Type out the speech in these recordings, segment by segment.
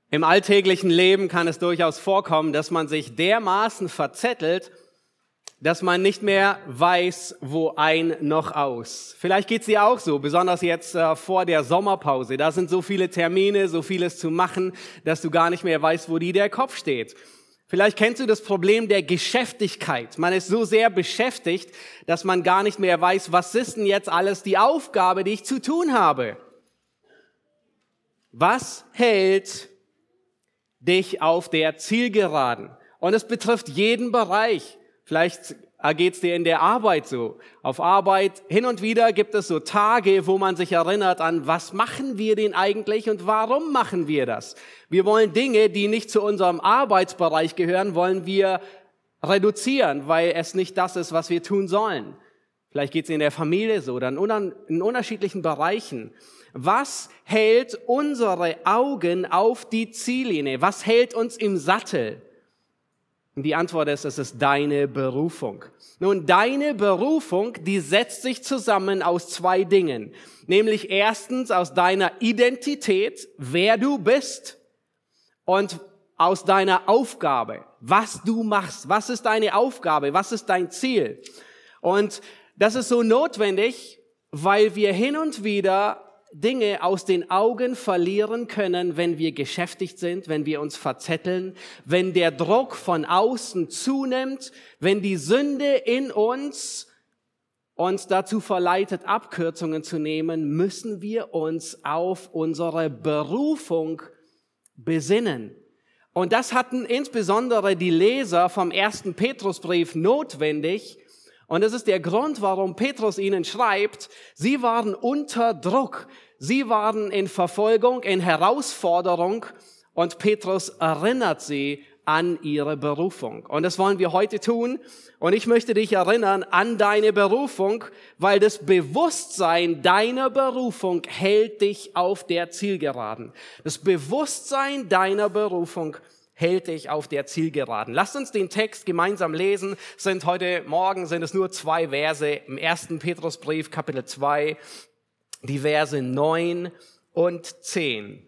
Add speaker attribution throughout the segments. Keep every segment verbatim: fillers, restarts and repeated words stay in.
Speaker 1: Im alltäglichen Leben kann es durchaus vorkommen, dass man sich dermaßen verzettelt, dass man nicht mehr weiß, wo ein noch aus. Vielleicht geht's dir auch so, besonders jetzt äh, vor der Sommerpause. Da sind so viele Termine, so vieles zu machen, dass du gar nicht mehr weißt, wo dir der Kopf steht. Vielleicht kennst du das Problem der Geschäftigkeit. Man ist so sehr beschäftigt, dass man gar nicht mehr weiß, was ist denn jetzt alles die Aufgabe, die ich zu tun habe. Was hält dich auf der Zielgeraden? Und es betrifft jeden Bereich. Vielleicht geht's dir in der Arbeit so. Auf Arbeit hin und wieder gibt es so Tage, wo man sich erinnert an, was machen wir denn eigentlich und warum machen wir das? Wir wollen Dinge, die nicht zu unserem Arbeitsbereich gehören, wollen wir reduzieren, weil es nicht das ist, was wir tun sollen. Vielleicht geht's in der Familie so, dann in unterschiedlichen Bereichen. Was hält unsere Augen auf die Ziellinie? Was hält uns im Sattel? Und die Antwort ist, es ist deine Berufung. Nun, deine Berufung, die setzt sich zusammen aus zwei Dingen. Nämlich erstens aus deiner Identität, wer du bist, und aus deiner Aufgabe, was du machst. Was ist deine Aufgabe? Was ist dein Ziel? Und das ist so notwendig, weil wir hin und wieder Dinge aus den Augen verlieren können, wenn wir geschäftigt sind, wenn wir uns verzetteln, wenn der Druck von außen zunimmt, wenn die Sünde in uns uns dazu verleitet, Abkürzungen zu nehmen, müssen wir uns auf unsere Berufung besinnen. Und das hatten insbesondere die Leser vom ersten Petrusbrief notwendig. Und das ist der Grund, warum Petrus ihnen schreibt, sie waren unter Druck, sie waren in Verfolgung, in Herausforderung und Petrus erinnert sie an ihre Berufung. Und das wollen wir heute tun und ich möchte dich erinnern an deine Berufung, weil das Bewusstsein deiner Berufung hält dich auf der Zielgeraden. Das Bewusstsein deiner Berufung hält dich auf der Zielgeraden. Lasst uns den Text gemeinsam lesen. Sind heute Morgen sind es nur zwei Verse im ersten Petrusbrief, Kapitel zwei, die Verse neun und zehn.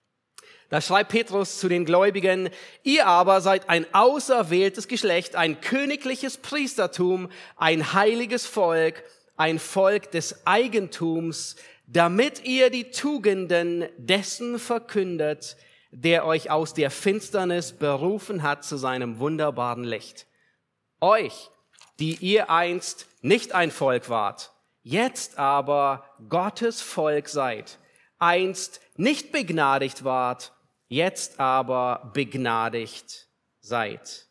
Speaker 1: Da schreibt Petrus zu den Gläubigen, ihr aber seid ein auserwähltes Geschlecht, ein königliches Priestertum, ein heiliges Volk, ein Volk des Eigentums, damit ihr die Tugenden dessen verkündet, der euch aus der Finsternis berufen hat zu seinem wunderbaren Licht. Euch, die ihr einst nicht ein Volk wart, jetzt aber Gottes Volk seid, einst nicht begnadigt wart, jetzt aber begnadigt seid.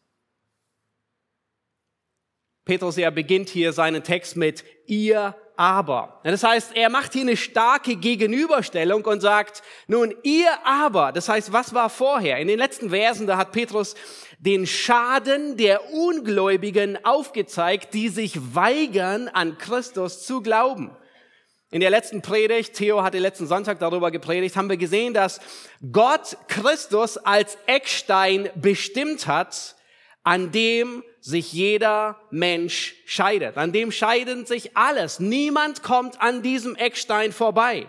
Speaker 1: Petrus, er beginnt hier seinen Text mit ihr aber. Das heißt, er macht hier eine starke Gegenüberstellung und sagt, nun ihr aber, das heißt, was war vorher? In den letzten Versen, da hat Petrus den Schaden der Ungläubigen aufgezeigt, die sich weigern, an Christus zu glauben. In der letzten Predigt, Theo hatte letzten Sonntag darüber gepredigt, haben wir gesehen, dass Gott Christus als Eckstein bestimmt hat, an dem sich jeder Mensch scheidet. An dem scheiden sich alles. Niemand kommt an diesem Eckstein vorbei.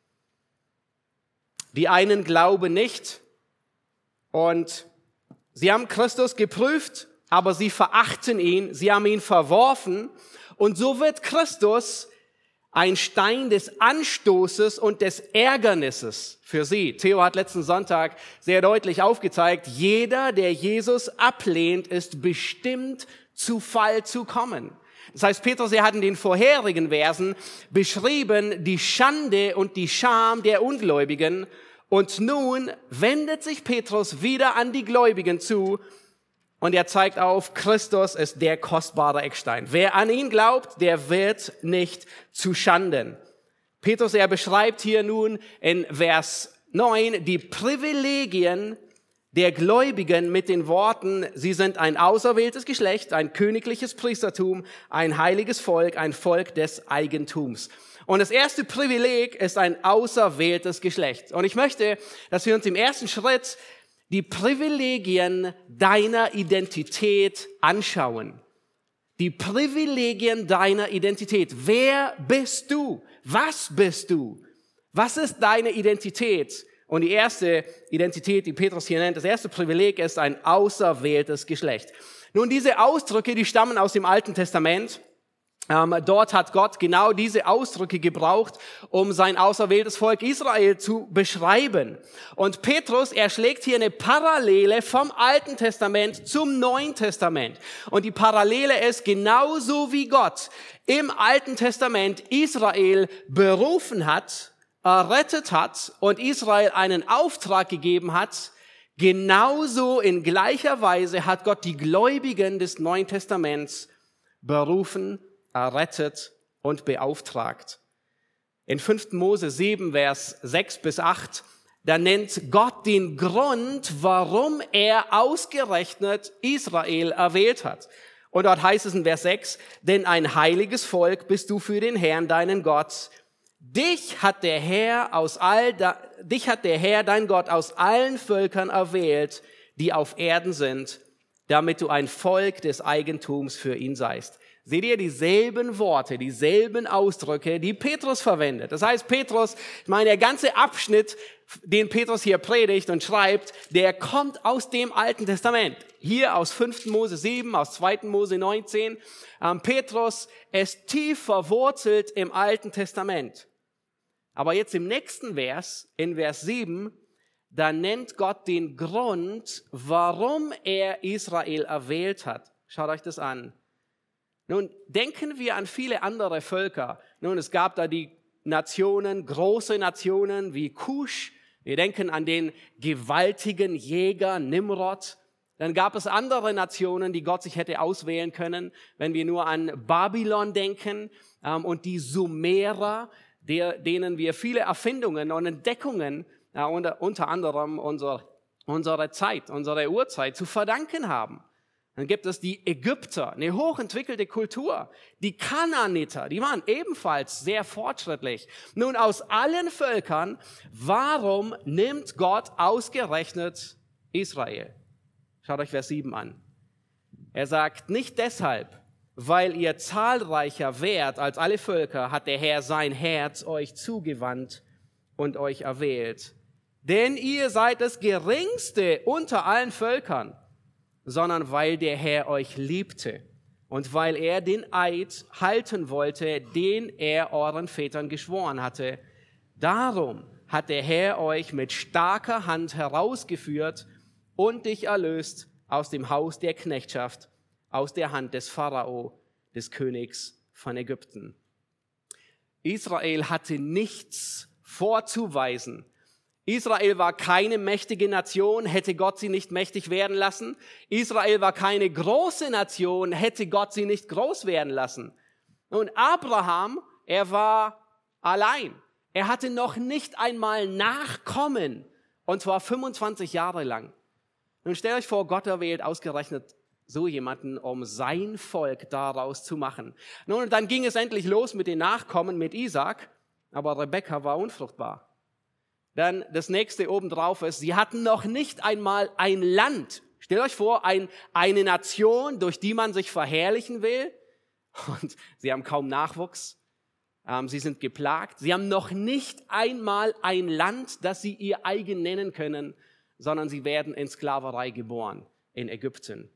Speaker 1: Die einen glauben nicht und sie haben Christus geprüft, aber sie verachten ihn, sie haben ihn verworfen und so wird Christus ein Stein des Anstoßes und des Ärgernisses für sie. Theo hat letzten Sonntag sehr deutlich aufgezeigt, jeder, der Jesus ablehnt, ist bestimmt zu Fall zu kommen. Das heißt, Petrus, er hat in den vorherigen Versen beschrieben die Schande und die Scham der Ungläubigen und nun wendet sich Petrus wieder an die Gläubigen zu und er zeigt auf, Christus ist der kostbare Eckstein. Wer an ihn glaubt, der wird nicht zu Schanden. Petrus, er beschreibt hier nun in Vers neun die Privilegien der Gläubigen mit den Worten, sie sind ein auserwähltes Geschlecht, ein königliches Priestertum, ein heiliges Volk, ein Volk des Eigentums. Und das erste Privileg ist ein auserwähltes Geschlecht. Und ich möchte, dass wir uns im ersten Schritt die Privilegien deiner Identität anschauen. Die Privilegien deiner Identität. Wer bist du? Was bist du? Was ist deine Identität? Und die erste Identität, die Petrus hier nennt, das erste Privileg ist ein auserwähltes Geschlecht. Nun, diese Ausdrücke, die stammen aus dem Alten Testament. Ähm, dort hat Gott genau diese Ausdrücke gebraucht, um sein auserwähltes Volk Israel zu beschreiben. Und Petrus, er schlägt hier eine Parallele vom Alten Testament zum Neuen Testament. Und die Parallele ist, genauso wie Gott im Alten Testament Israel berufen hat, errettet hat und Israel einen Auftrag gegeben hat, genauso in gleicher Weise hat Gott die Gläubigen des Neuen Testaments berufen, errettet und beauftragt. In fünften Mose sieben, Vers sechs bis acht, da nennt Gott den Grund, warum er ausgerechnet Israel erwählt hat. Und dort heißt es in Vers sechs, denn ein heiliges Volk bist du für den Herrn, deinen Gott. Dich hat der Herr aus all, dich hat der Herr, dein Gott, aus allen Völkern erwählt, die auf Erden sind, damit du ein Volk des Eigentums für ihn seist. Seht ihr dieselben Worte, dieselben Ausdrücke, die Petrus verwendet. Das heißt, Petrus, ich meine, der ganze Abschnitt, den Petrus hier predigt und schreibt, der kommt aus dem Alten Testament. Hier aus fünften Mose sieben, aus zweiten Mose neunzehn. Ähm, Petrus ist tief verwurzelt im Alten Testament. Aber jetzt im nächsten Vers, in Vers sieben, da nennt Gott den Grund, warum er Israel erwählt hat. Schaut euch das an. Nun, denken wir an viele andere Völker. Nun, es gab da die Nationen, große Nationen wie Kusch. Wir denken an den gewaltigen Jäger Nimrod. Dann gab es andere Nationen, die Gott sich hätte auswählen können, wenn wir nur an Babylon denken ähm, und die Sumerer, der, denen wir viele Erfindungen und Entdeckungen, äh, unter, unter anderem unsere, unsere Zeit, unsere Urzeit zu verdanken haben. Dann gibt es die Ägypter, eine hochentwickelte Kultur. Die Kanaaniter, die waren ebenfalls sehr fortschrittlich. Nun, aus allen Völkern, warum nimmt Gott ausgerechnet Israel? Schaut euch Vers sieben an. Er sagt, nicht deshalb, weil ihr zahlreicher wärt als alle Völker, hat der Herr sein Herz euch zugewandt und euch erwählt. Denn ihr seid das Geringste unter allen Völkern, sondern weil der Herr euch liebte und weil er den Eid halten wollte, den er euren Vätern geschworen hatte. Darum hat der Herr euch mit starker Hand herausgeführt und dich erlöst aus dem Haus der Knechtschaft, aus der Hand des Pharao, des Königs von Ägypten. Israel hatte nichts vorzuweisen. Israel war keine mächtige Nation, hätte Gott sie nicht mächtig werden lassen. Israel war keine große Nation, hätte Gott sie nicht groß werden lassen. Und Abraham, er war allein. Er hatte noch nicht einmal Nachkommen, und zwar fünfundzwanzig Jahre lang. Nun stellt euch vor, Gott erwählt ausgerechnet so jemanden, um sein Volk daraus zu machen. Nun, dann ging es endlich los mit den Nachkommen, mit Isaak, aber Rebekka war unfruchtbar. Dann das nächste obendrauf ist, sie hatten noch nicht einmal ein Land. Stellt euch vor, ein, eine Nation, durch die man sich verherrlichen will. Und sie haben kaum Nachwuchs. Ähm, sie sind geplagt. Sie haben noch nicht einmal ein Land, das sie ihr eigen nennen können, sondern sie werden in Sklaverei geboren, in Ägypten.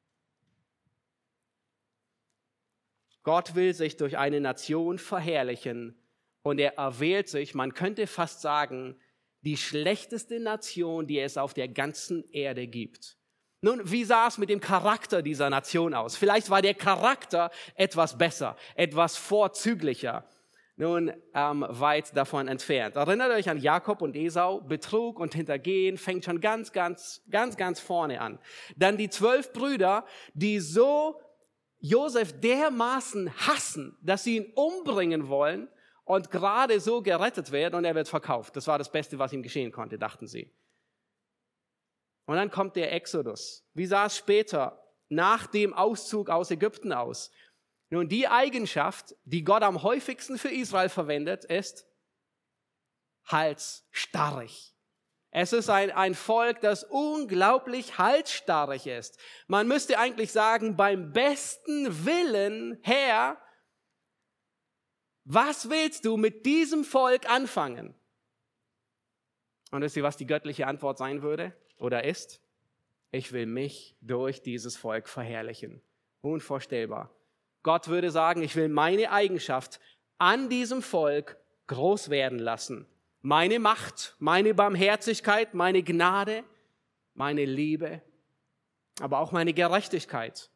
Speaker 1: Gott will sich durch eine Nation verherrlichen und er erwählt sich, man könnte fast sagen, die schlechteste Nation, die es auf der ganzen Erde gibt. Nun, wie sah es mit dem Charakter dieser Nation aus? Vielleicht war der Charakter etwas besser, etwas vorzüglicher. Nun, ähm, weit davon entfernt. Erinnert euch an Jakob und Esau, Betrug und Hintergehen fängt schon ganz, ganz, ganz, ganz vorne an. Dann die zwölf Brüder, die so Josef dermaßen hassen, dass sie ihn umbringen wollen, und gerade so gerettet werden und er wird verkauft. Das war das Beste, was ihm geschehen konnte, dachten sie. Und dann kommt der Exodus. Wie sah es später nach dem Auszug aus Ägypten aus? Nun, die Eigenschaft, die Gott am häufigsten für Israel verwendet, ist halsstarrig. Es ist ein, ein Volk, das unglaublich halsstarrig ist. Man müsste eigentlich sagen, beim besten Willen, Herr, was willst du mit diesem Volk anfangen? Und wisst ihr, was die göttliche Antwort sein würde oder ist? Ich will mich durch dieses Volk verherrlichen. Unvorstellbar. Gott würde sagen, ich will meine Eigenschaft an diesem Volk groß werden lassen. Meine Macht, meine Barmherzigkeit, meine Gnade, meine Liebe, aber auch meine Gerechtigkeit.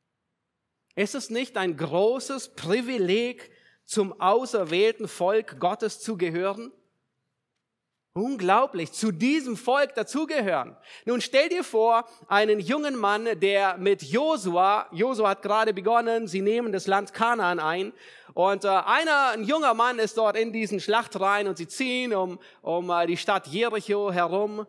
Speaker 1: Ist es nicht ein großes Privileg, zum auserwählten Volk Gottes zu gehören? Unglaublich, zu diesem Volk dazugehören. Nun stell dir vor, einen jungen Mann, der mit Josua, Josua hat gerade begonnen, sie nehmen das Land Kanaan ein, und äh, einer, ein junger Mann ist dort in diesen Schlachtreihen und sie ziehen um, um äh, die Stadt Jericho herum.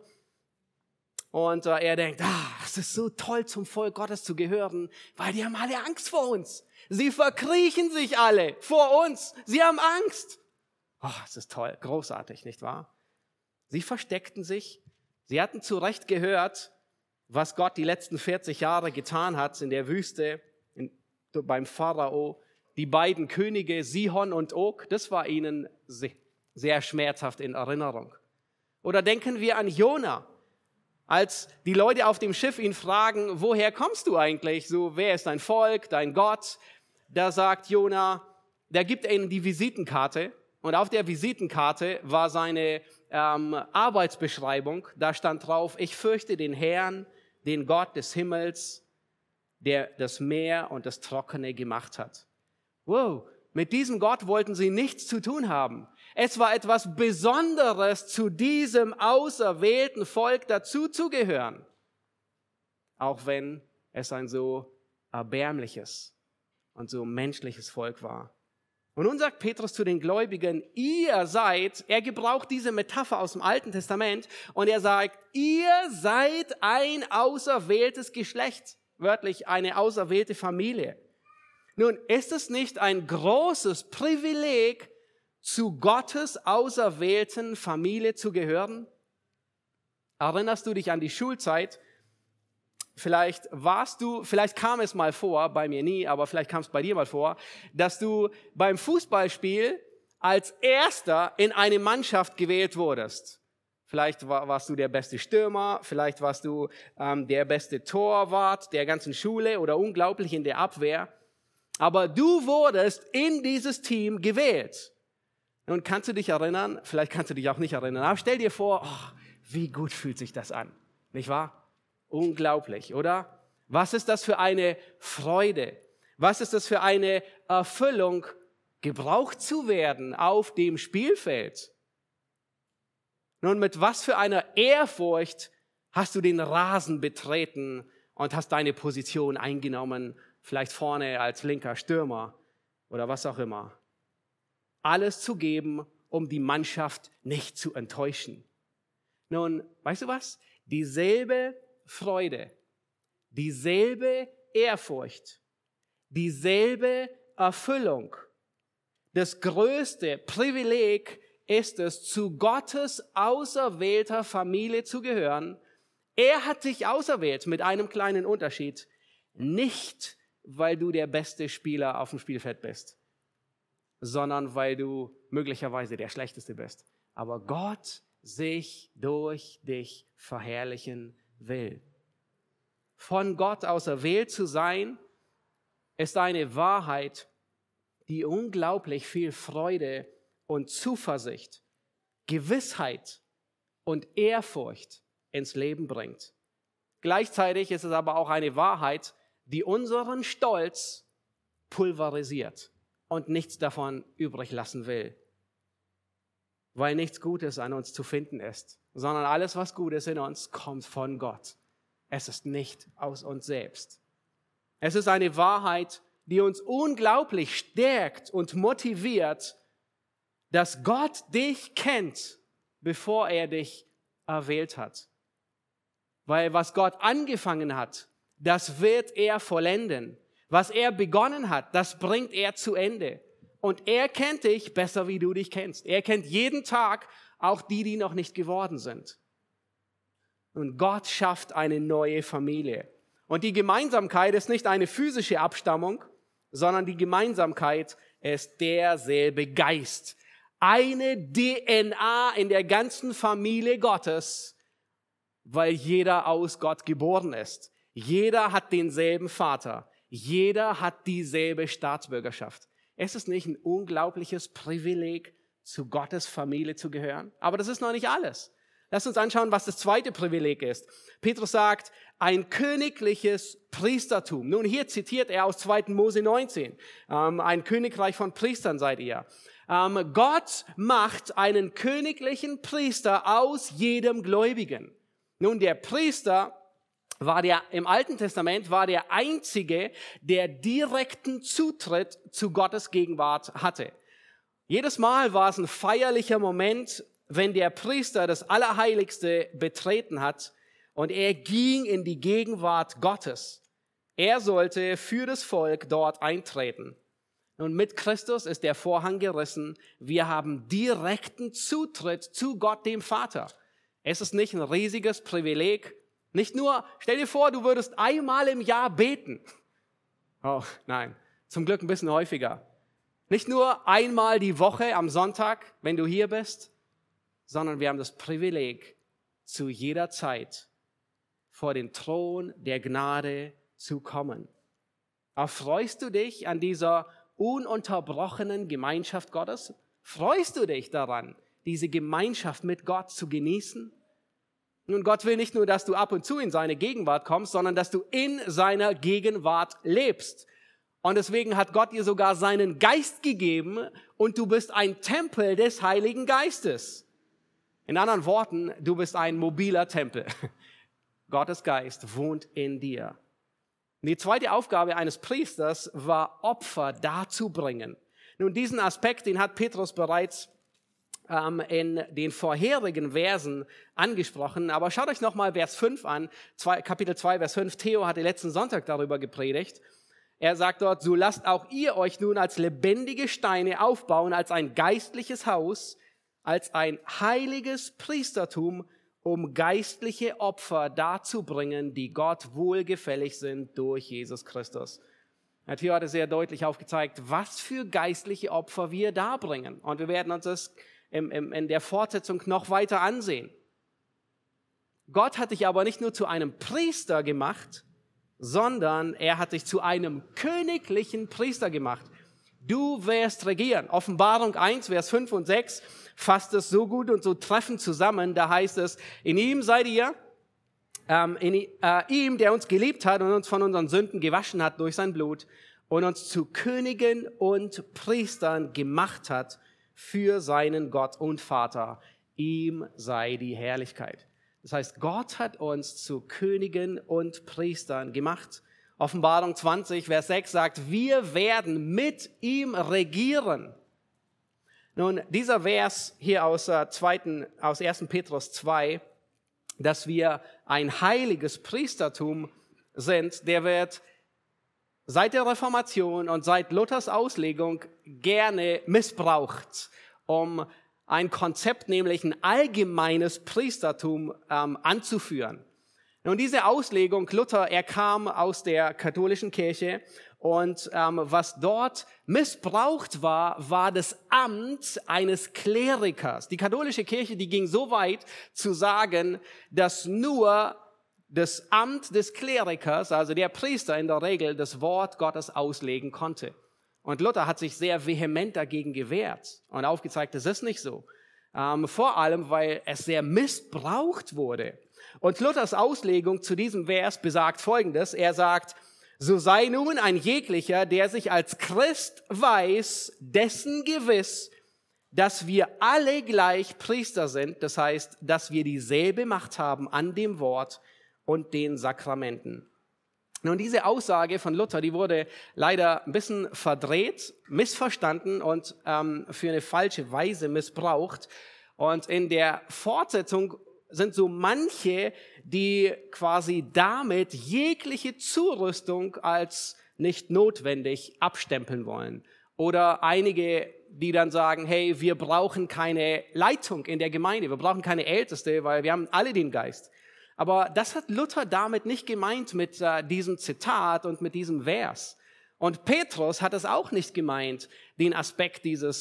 Speaker 1: Und äh, er denkt, ah, es ist so toll, zum Volk Gottes zu gehören, weil die haben alle Angst vor uns. Sie verkriechen sich alle vor uns. Sie haben Angst. Oh, es ist toll, großartig, nicht wahr? Sie versteckten sich. Sie hatten zu Recht gehört, was Gott die letzten vierzig Jahre getan hat in der Wüste, in, beim Pharao. Die beiden Könige Sihon und Og, das war ihnen sehr schmerzhaft in Erinnerung. Oder denken wir an Jona. Als die Leute auf dem Schiff ihn fragen, woher kommst du eigentlich? So, wer ist dein Volk, dein Gott? Da sagt Jona, da gibt er ihnen die Visitenkarte. Und auf der Visitenkarte war seine ähm, Arbeitsbeschreibung. Da stand drauf, ich fürchte den Herrn, den Gott des Himmels, der das Meer und das Trockene gemacht hat. Wow, mit diesem Gott wollten sie nichts zu tun haben. Es war etwas Besonderes, zu diesem auserwählten Volk dazuzugehören. Auch wenn es ein so erbärmliches und so menschliches Volk war. Und nun sagt Petrus zu den Gläubigen, ihr seid, er gebraucht diese Metapher aus dem Alten Testament und er sagt, ihr seid ein auserwähltes Geschlecht, wörtlich eine auserwählte Familie. Nun, ist es nicht ein großes Privileg, zu Gottes auserwählten Familie zu gehören? Erinnerst du dich an die Schulzeit? Vielleicht warst du, vielleicht kam es mal vor, bei mir nie, aber vielleicht kam es bei dir mal vor, dass du beim Fußballspiel als Erster in eine Mannschaft gewählt wurdest. Vielleicht war, warst du der beste Stürmer, vielleicht warst du ähm, der beste Torwart der ganzen Schule oder unglaublich in der Abwehr. Aber du wurdest in dieses Team gewählt. Nun kannst du dich erinnern, vielleicht kannst du dich auch nicht erinnern, aber stell dir vor, oh, wie gut fühlt sich das an, nicht wahr? Unglaublich, oder? Was ist das für eine Freude? Was ist das für eine Erfüllung, gebraucht zu werden auf dem Spielfeld? Nun, mit was für einer Ehrfurcht hast du den Rasen betreten und hast deine Position eingenommen, vielleicht vorne als linker Stürmer oder was auch immer. Alles zu geben, um die Mannschaft nicht zu enttäuschen. Nun, weißt du was? Dieselbe Freude, dieselbe Ehrfurcht, dieselbe Erfüllung. Das größte Privileg ist es, zu Gottes auserwählter Familie zu gehören. Er hat dich auserwählt mit einem kleinen Unterschied. Nicht, weil du der beste Spieler auf dem Spielfeld bist, sondern weil du möglicherweise der Schlechteste bist. Aber Gott sich durch dich verherrlichen will. Von Gott auserwählt zu sein, ist eine Wahrheit, die unglaublich viel Freude und Zuversicht, Gewissheit und Ehrfurcht ins Leben bringt. Gleichzeitig ist es aber auch eine Wahrheit, die unseren Stolz pulverisiert und nichts davon übrig lassen will. Weil nichts Gutes an uns zu finden ist, sondern alles, was gut ist in uns, kommt von Gott. Es ist nicht aus uns selbst. Es ist eine Wahrheit, die uns unglaublich stärkt und motiviert, dass Gott dich kennt, bevor er dich erwählt hat. Weil was Gott angefangen hat, das wird er vollenden. Was er begonnen hat, das bringt er zu Ende. Und er kennt dich besser, wie du dich kennst. Er kennt jeden Tag auch die, die noch nicht geworden sind. Und Gott schafft eine neue Familie. Und die Gemeinsamkeit ist nicht eine physische Abstammung, sondern die Gemeinsamkeit ist derselbe Geist. eine D N A in der ganzen Familie Gottes, weil jeder aus Gott geboren ist. Jeder hat denselben Vater. Jeder hat dieselbe Staatsbürgerschaft. Es ist nicht ein unglaubliches Privileg, zu Gottes Familie zu gehören? Aber das ist noch nicht alles. Lass uns anschauen, was das zweite Privileg ist. Petrus sagt, ein königliches Priestertum. Nun, hier zitiert er aus zweiten Mose neunzehn. Ähm, ein Königreich von Priestern seid ihr. Ähm, Gott macht einen königlichen Priester aus jedem Gläubigen. Nun, der Priester war der, im Alten Testament war der Einzige, der direkten Zutritt zu Gottes Gegenwart hatte. Jedes Mal war es ein feierlicher Moment, wenn der Priester das Allerheiligste betreten hat und er ging in die Gegenwart Gottes. Er sollte für das Volk dort eintreten. Und mit Christus ist der Vorhang gerissen. Wir haben direkten Zutritt zu Gott, dem Vater. Es ist nicht ein riesiges Privileg. Nicht nur, stell dir vor, du würdest einmal im Jahr beten. Oh, nein, zum Glück ein bisschen häufiger. Nicht nur einmal die Woche am Sonntag, wenn du hier bist, sondern wir haben das Privileg, zu jeder Zeit vor den Thron der Gnade zu kommen. Erfreust du dich an dieser ununterbrochenen Gemeinschaft Gottes? Freust du dich daran, diese Gemeinschaft mit Gott zu genießen? Nun, Gott will nicht nur, dass du ab und zu in seine Gegenwart kommst, sondern dass du in seiner Gegenwart lebst. Und deswegen hat Gott dir sogar seinen Geist gegeben und du bist ein Tempel des Heiligen Geistes. In anderen Worten, du bist ein mobiler Tempel. Gottes Geist wohnt in dir. Und die zweite Aufgabe eines Priesters war, Opfer darzubringen. Nun, diesen Aspekt, den hat Petrus bereits ähm, in den vorherigen Versen angesprochen. Aber schaut euch nochmal Vers fünf an, zwei, Kapitel zwei, Vers fünf. Theo hatte letzten Sonntag darüber gepredigt. Er sagt dort, so lasst auch ihr euch nun als lebendige Steine aufbauen, als ein geistliches Haus, als ein heiliges Priestertum, um geistliche Opfer darzubringen, die Gott wohlgefällig sind durch Jesus Christus. Theo hat es sehr deutlich aufgezeigt, was für geistliche Opfer wir darbringen. Und wir werden uns das im, im, in der Fortsetzung noch weiter ansehen. Gott hat dich aber nicht nur zu einem Priester gemacht, sondern er hat dich zu einem königlichen Priester gemacht. Du wirst regieren. Offenbarung eins, Vers fünf und sechs fasst es so gut und so treffend zusammen. Da heißt es, in ihm seid ihr, ähm, in äh, ihm, der uns geliebt hat und uns von unseren Sünden gewaschen hat durch sein Blut und uns zu Königen und Priestern gemacht hat für seinen Gott und Vater. Ihm sei die Herrlichkeit. Das heißt, Gott hat uns zu Königen und Priestern gemacht. Offenbarung zwanzig, Vers sechs sagt, wir werden mit ihm regieren. Nun, dieser Vers hier aus, äh, zweiten, aus ersten Petrus zwei, dass wir ein heiliges Priestertum sind, der wird seit der Reformation und seit Luthers Auslegung gerne missbraucht, um ein Konzept, nämlich ein allgemeines Priestertum ähm, anzuführen. Nun, diese Auslegung, Luther, er kam aus der katholischen Kirche und ähm, was dort missbraucht war, war das Amt eines Klerikers. Die katholische Kirche, die ging so weit zu sagen, dass nur das Amt des Klerikers, also der Priester in der Regel, das Wort Gottes auslegen konnte. Und Luther hat sich sehr vehement dagegen gewehrt und aufgezeigt, das ist nicht so. Ähm, vor allem, weil es sehr missbraucht wurde. Und Luthers Auslegung zu diesem Vers besagt Folgendes. Er sagt, so sei nun ein jeglicher, der sich als Christ weiß, dessen gewiss, dass wir alle gleich Priester sind. Das heißt, dass wir dieselbe Macht haben an dem Wort und den Sakramenten. Nun, diese Aussage von Luther, die wurde leider ein bisschen verdreht, missverstanden und ähm, für eine falsche Weise missbraucht. Und in der Fortsetzung sind so manche, die quasi damit jegliche Zurüstung als nicht notwendig abstempeln wollen. Oder einige, die dann sagen, hey, wir brauchen keine Leitung in der Gemeinde, wir brauchen keine Älteste, weil wir haben alle den Geist. Aber das hat Luther damit nicht gemeint mit äh, diesem Zitat und mit diesem Vers. Und Petrus hat es auch nicht gemeint, den Aspekt dieses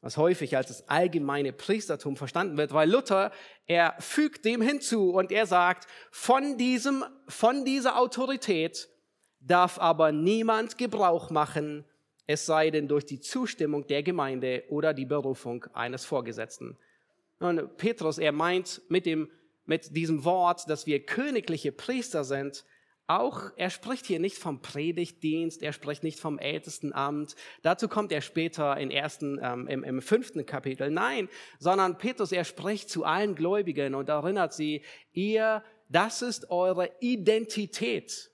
Speaker 1: was häufig als das allgemeine Priestertum verstanden wird, weil Luther, er fügt dem hinzu und er sagt, von diesem, von dieser Autorität darf aber niemand Gebrauch machen, es sei denn durch die Zustimmung der Gemeinde oder die Berufung eines Vorgesetzten. Und Petrus, er meint mit dem, mit diesem Wort, dass wir königliche Priester sind, auch, er spricht hier nicht vom Predigtdienst, er spricht nicht vom Ältestenamt. Dazu kommt er später in ersten, ähm, im, im fünften Kapitel. Nein, sondern Petrus, er spricht zu allen Gläubigen und erinnert sie, ihr, das ist eure Identität.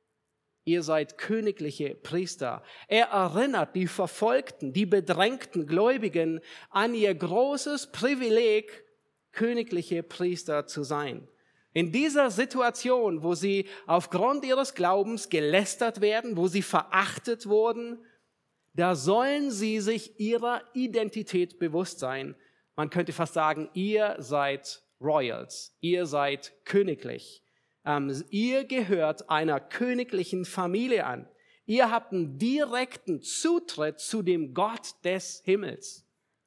Speaker 1: Ihr seid königliche Priester. Er erinnert die verfolgten, die bedrängten Gläubigen an ihr großes Privileg, königliche Priester zu sein. In dieser Situation, wo sie aufgrund ihres Glaubens gelästert werden, wo sie verachtet wurden, da sollen sie sich ihrer Identität bewusst sein. Man könnte fast sagen, ihr seid Royals, ihr seid königlich. Ähm, ihr gehört einer königlichen Familie an. Ihr habt einen direkten Zutritt zu dem Gott des Himmels.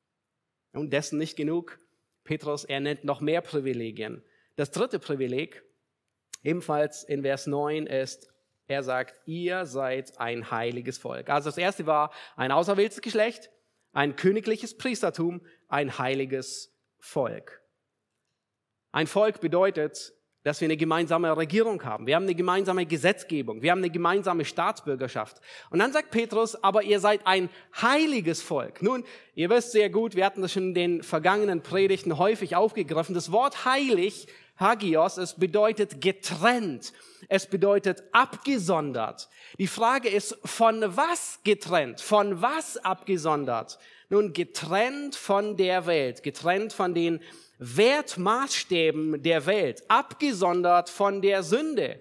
Speaker 1: Und dessen nicht genug. Petrus, er nennt noch mehr Privilegien. Das dritte Privileg, ebenfalls in Vers neun, ist, er sagt, ihr seid ein heiliges Volk. Also das erste war ein auserwähltes Geschlecht, ein königliches Priestertum, ein heiliges Volk. Ein Volk bedeutet, dass wir eine gemeinsame Regierung haben. Wir haben eine gemeinsame Gesetzgebung. Wir haben eine gemeinsame Staatsbürgerschaft. Und dann sagt Petrus, aber ihr seid ein heiliges Volk. Nun, ihr wisst sehr gut, wir hatten das schon in den vergangenen Predigten häufig aufgegriffen. Das Wort heilig, Hagios, es bedeutet getrennt. Es bedeutet abgesondert. Die Frage ist, von was getrennt? Von was abgesondert? Nun, getrennt von der Welt, getrennt von den Wertmaßstäben der Welt, abgesondert von der Sünde.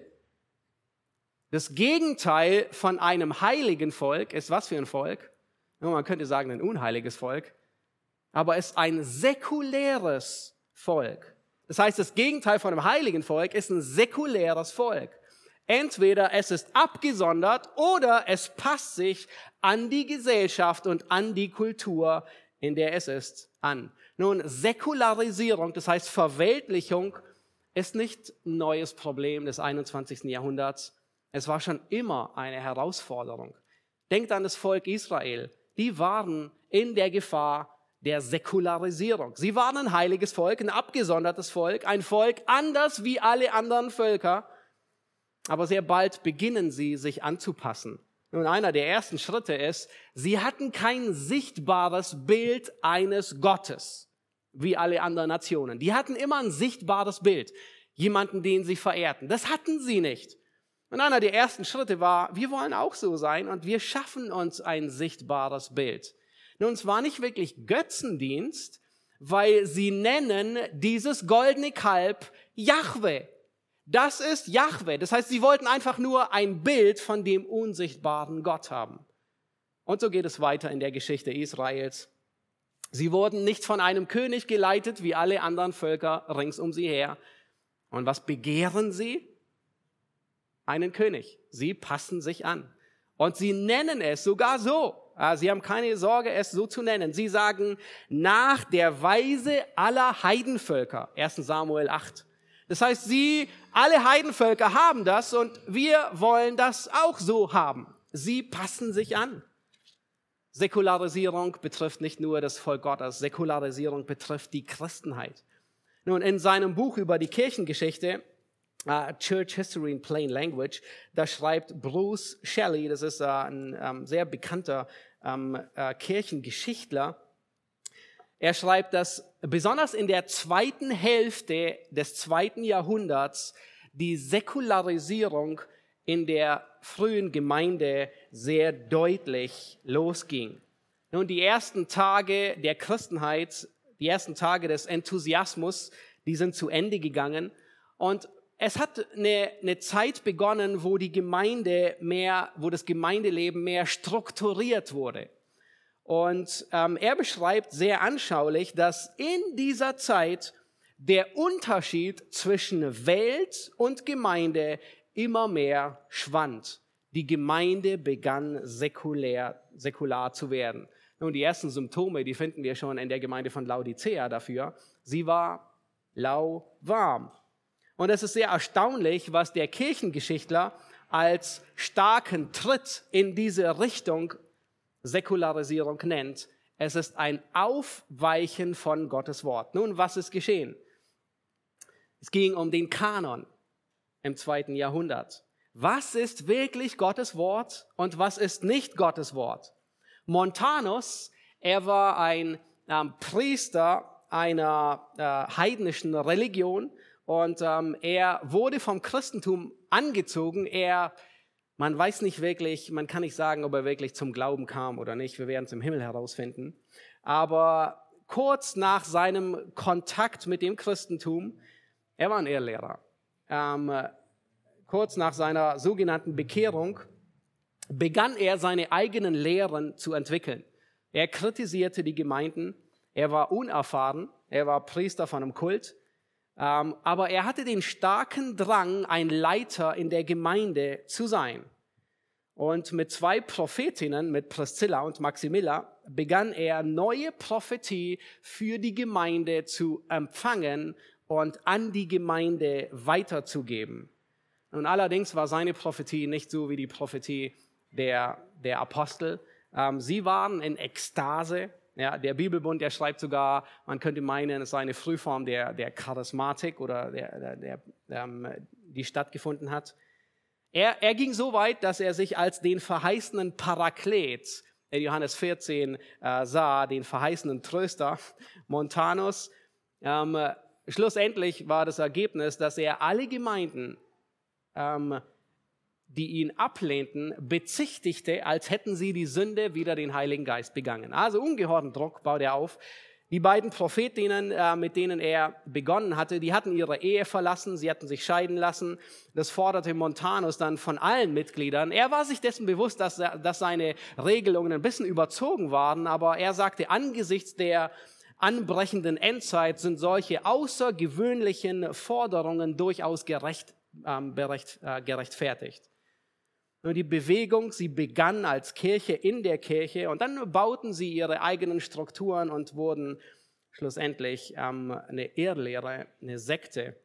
Speaker 1: Das Gegenteil von einem heiligen Volk ist was für ein Volk? Man könnte sagen, ein unheiliges Volk, aber es ist ein säkuläres Volk. Das heißt, das Gegenteil von einem heiligen Volk ist ein säkuläres Volk. Entweder es ist abgesondert oder es passt sich an die Gesellschaft und an die Kultur, in der es ist, an. Nun, Säkularisierung, das heißt Verweltlichung, ist nicht ein neues Problem des einundzwanzigsten Jahrhunderts. Es war schon immer eine Herausforderung. Denkt an das Volk Israel. Die waren in der Gefahr der Säkularisierung. Sie waren ein heiliges Volk, ein abgesondertes Volk, ein Volk anders wie alle anderen Völker. Aber sehr bald beginnen sie, sich anzupassen. Nun, einer der ersten Schritte ist, sie hatten kein sichtbares Bild eines Gottes, wie alle anderen Nationen. Die hatten immer ein sichtbares Bild, jemanden, den sie verehrten. Das hatten sie nicht. Und einer der ersten Schritte war, wir wollen auch so sein und wir schaffen uns ein sichtbares Bild. Nun, es war nicht wirklich Götzendienst, weil sie nennen dieses goldene Kalb Jahwe. Das ist Jahwe. Das heißt, sie wollten einfach nur ein Bild von dem unsichtbaren Gott haben. Und so geht es weiter in der Geschichte Israels. Sie wurden nicht von einem König geleitet, wie alle anderen Völker rings um sie her. Und was begehren sie? Einen König. Sie passen sich an. Und sie nennen es sogar so. Sie haben keine Sorge, es so zu nennen. Sie sagen, nach der Weise aller Heidenvölker. erster Samuel acht. Das heißt, sie, alle Heidenvölker haben das und wir wollen das auch so haben. Sie passen sich an. Säkularisierung betrifft nicht nur das Volk Gottes, Säkularisierung betrifft die Christenheit. Nun, in seinem Buch über die Kirchengeschichte, uh, Church History in Plain Language, da schreibt Bruce Shelley, das ist uh, ein um, sehr bekannter um, uh, Kirchengeschichtler, er schreibt, dass besonders in der zweiten Hälfte des zweiten Jahrhunderts die Säkularisierung in der frühen Gemeinde sehr deutlich losging. Nun, die ersten Tage der Christenheit, die ersten Tage des Enthusiasmus, die sind zu Ende gegangen. Und es hat eine, eine Zeit begonnen, wo die Gemeinde mehr, wo das Gemeindeleben mehr strukturiert wurde. Und ähm, er beschreibt sehr anschaulich, dass in dieser Zeit der Unterschied zwischen Welt und Gemeinde immer mehr schwand. Die Gemeinde begann säkulär, säkular zu werden. Nun, die ersten Symptome, die finden wir schon in der Gemeinde von Laodicea dafür. Sie war lauwarm. Und es ist sehr erstaunlich, was der Kirchengeschichtler als starken Tritt in diese Richtung Säkularisierung nennt. Es ist ein Aufweichen von Gottes Wort. Nun, was ist geschehen? Es ging um den Kanon im zweiten Jahrhundert. Was ist wirklich Gottes Wort und was ist nicht Gottes Wort? Montanus, er war ein ähm, Priester einer äh, heidnischen Religion und ähm, er wurde vom Christentum angezogen. Er, man weiß nicht wirklich, man kann nicht sagen, ob er wirklich zum Glauben kam oder nicht. Wir werden es im Himmel herausfinden. Aber kurz nach seinem Kontakt mit dem Christentum, er war ein Irrlehrer. Ähm, kurz nach seiner sogenannten Bekehrung begann er, seine eigenen Lehren zu entwickeln. Er kritisierte die Gemeinden. Er war unerfahren. Er war Priester von einem Kult. Ähm, aber er hatte den starken Drang, ein Leiter in der Gemeinde zu sein. Und mit zwei Prophetinnen, mit Priscilla und Maximilla, begann er neue Prophetie für die Gemeinde zu empfangen und an die Gemeinde weiterzugeben. Und allerdings war seine Prophetie nicht so wie die Prophetie der, der Apostel. Ähm, sie waren in Ekstase. Ja, der Bibelbund, der schreibt sogar, man könnte meinen, es sei eine Frühform der, der Charismatik oder der, der, der, ähm, die stattgefunden hat. Er, er ging so weit, dass er sich als den verheißenen Paraklet in Johannes vierzehn äh, sah, den verheißenen Tröster, Montanus. Ähm, schlussendlich war das Ergebnis, dass er alle Gemeinden, ähm, die ihn ablehnten, bezichtigte, als hätten sie die Sünde wider den Heiligen Geist begangen. Also ungeheuren Druck baut er auf. Die beiden Prophetinnen, äh, mit denen er begonnen hatte, die hatten ihre Ehe verlassen, sie hatten sich scheiden lassen. Das forderte Montanus dann von allen Mitgliedern. Er war sich dessen bewusst, dass, dass seine Regelungen ein bisschen überzogen waren, aber er sagte, angesichts der anbrechenden Endzeit sind solche außergewöhnlichen Forderungen durchaus gerecht, ähm, berecht, äh, gerechtfertigt. Und die Bewegung, sie begann als Kirche in der Kirche und dann bauten sie ihre eigenen Strukturen und wurden schlussendlich ähm, eine Irrlehre, eine Sekte.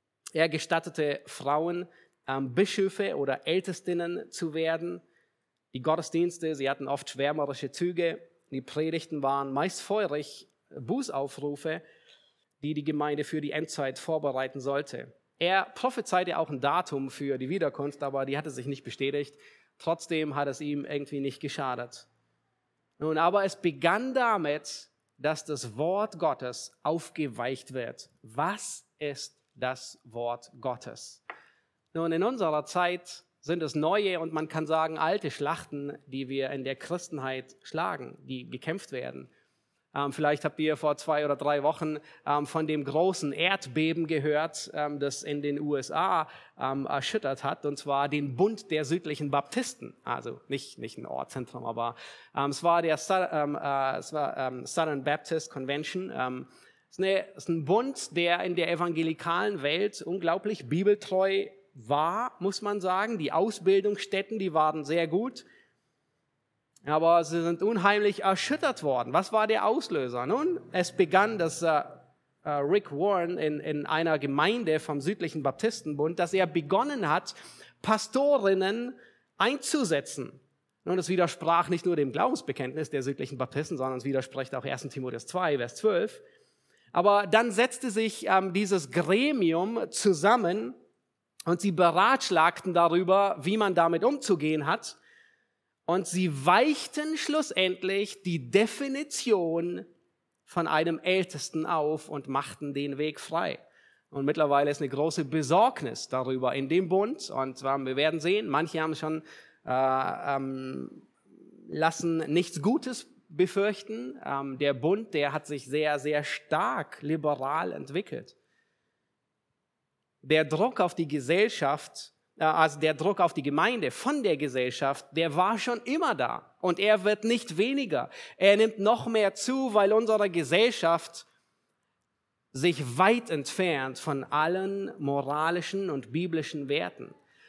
Speaker 1: Er gestattete Frauen, ähm, Bischöfe oder Ältestinnen zu werden. Die Gottesdienste, sie hatten oft schwärmerische Züge. Die Predigten waren meist feurig, Bußaufrufe, die die Gemeinde für die Endzeit vorbereiten sollte. Er prophezeite auch ein Datum für die Wiederkunft, aber die hatte sich nicht bestätigt. Trotzdem hat es ihm irgendwie nicht geschadet. Nun, aber es begann damit, dass das Wort Gottes aufgeweicht wird. Was ist das Wort Gottes? Nun, in unserer Zeit sind es neue und man kann sagen alte Schlachten, die wir in der Christenheit schlagen, die gekämpft werden. Ähm, vielleicht habt ihr vor zwei oder drei Wochen ähm, von dem großen Erdbeben gehört, ähm, das in den U S A ähm, erschüttert hat, und zwar den Bund der südlichen Baptisten. Also nicht, nicht ein Ortszentrum, aber ähm, es war der ähm, äh, es war, ähm, Southern Baptist Convention. Ähm, es ist, eine, es ist ein Bund, der in der evangelikalen Welt unglaublich bibeltreu war, muss man sagen. Die Ausbildungsstätten, die waren sehr gut. Aber sie sind unheimlich erschüttert worden. Was war der Auslöser? Nun, es begann, dass äh, Rick Warren in, in einer Gemeinde vom südlichen Baptistenbund, dass er begonnen hat, Pastorinnen einzusetzen. Nun, das widersprach nicht nur dem Glaubensbekenntnis der südlichen Baptisten, sondern es widerspricht auch erster Timotheus zwei, Vers zwölf. Aber dann setzte sich ähm, dieses Gremium zusammen und sie beratschlagten darüber, wie man damit umzugehen hat. Und sie weichten schlussendlich die Definition von einem Ältesten auf und machten den Weg frei. Und mittlerweile ist eine große Besorgnis darüber in dem Bund. Und ähm, wir werden sehen, manche haben schon äh, ähm, lassen nichts Gutes befürchten. Ähm, der Bund, der hat sich sehr, sehr stark liberal entwickelt. Der Druck auf die Gesellschaft, also der Druck auf die Gemeinde von der Gesellschaft, der war schon immer da und er wird nicht weniger. Er nimmt noch mehr zu, weil unsere Gesellschaft sich weit entfernt von allen moralischen und biblischen Werten.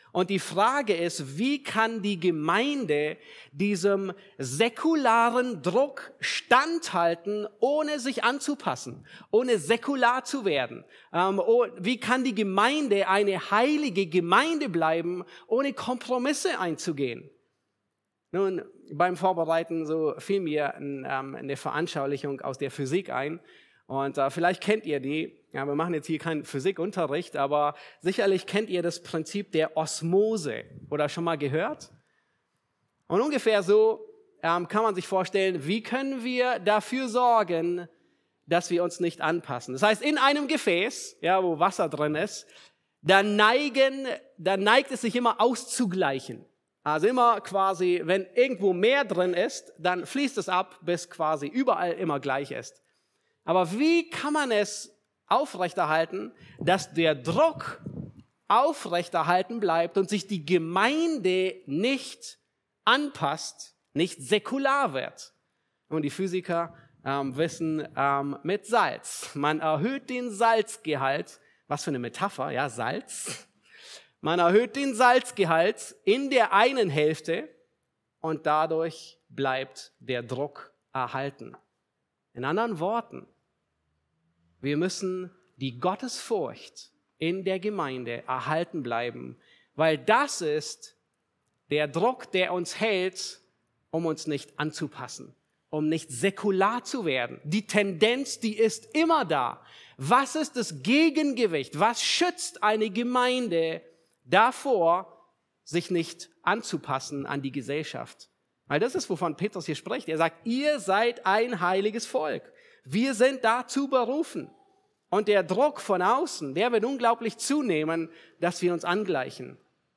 Speaker 1: Und die Frage ist, wie kann die Gemeinde diesem säkularen Druck standhalten, ohne sich anzupassen, ohne säkular zu werden? Ähm, oh, wie kann die Gemeinde eine heilige Gemeinde bleiben, ohne Kompromisse einzugehen? Nun, beim Vorbereiten so fiel mir ein, ähm, eine Veranschaulichung aus der Physik ein. Und äh, vielleicht kennt ihr die. Ja, wir machen jetzt hier keinen Physikunterricht, aber sicherlich kennt ihr das Prinzip der Osmose. Oder schon mal gehört? Und ungefähr so ähm, kann man sich vorstellen, wie können wir dafür sorgen, dass wir uns nicht anpassen. Das heißt, in einem Gefäß, ja, wo Wasser drin ist, da, neigen, da neigt es sich immer auszugleichen. Also immer quasi, wenn irgendwo mehr drin ist, dann fließt es ab, bis quasi überall immer gleich ist. Aber wie kann man es aufrechterhalten, dass der Druck aufrechterhalten bleibt und sich die Gemeinde nicht anpasst, nicht säkular wird? Und die Physiker ähm, wissen, ähm, mit Salz. Man erhöht den Salzgehalt. Was für eine Metapher, ja, Salz. Man erhöht den Salzgehalt in der einen Hälfte und dadurch bleibt der Druck erhalten. In anderen Worten, wir müssen die Gottesfurcht in der Gemeinde erhalten bleiben, weil das ist der Druck, der uns hält, um uns nicht anzupassen, um nicht säkular zu werden. Die Tendenz, die ist immer da. Was ist das Gegengewicht? Was schützt eine Gemeinde davor, sich nicht anzupassen an die Gesellschaft? Weil das ist, wovon Petrus hier spricht. Er sagt, ihr seid ein heiliges Volk. Wir sind dazu berufen. Und der Druck von außen, der wird unglaublich zunehmen, dass wir uns angleichen.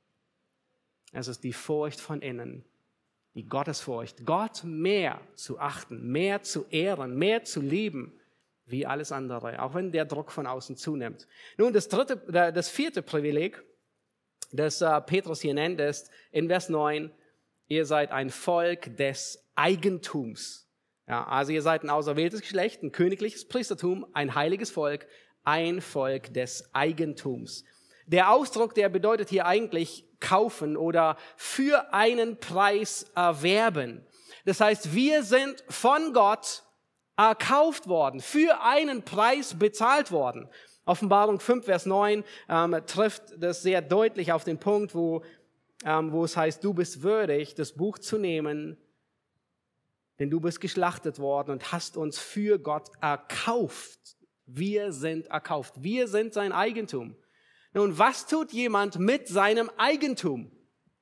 Speaker 1: Es ist die Furcht von innen, die Gottesfurcht, Gott mehr zu achten, mehr zu ehren, mehr zu lieben, wie alles andere, auch wenn der Druck von außen zunimmt. Nun, das dritte, das vierte Privileg, das Petrus hier nennt, ist in Vers neun, ihr seid ein Volk des Eigentums. Ja, also ihr seid ein auserwähltes Geschlecht, ein königliches Priestertum, ein heiliges Volk, ein Volk des Eigentums. Der Ausdruck, der bedeutet hier eigentlich kaufen oder für einen Preis erwerben. Das heißt, wir sind von Gott erkauft worden, für einen Preis bezahlt worden. Offenbarung fünf, Vers neun ähm, trifft das sehr deutlich auf den Punkt, wo, ähm, wo es heißt, du bist würdig, das Buch zu nehmen, denn du bist geschlachtet worden und hast uns für Gott erkauft. Wir sind erkauft. Wir sind sein Eigentum. Nun, was tut jemand mit seinem Eigentum?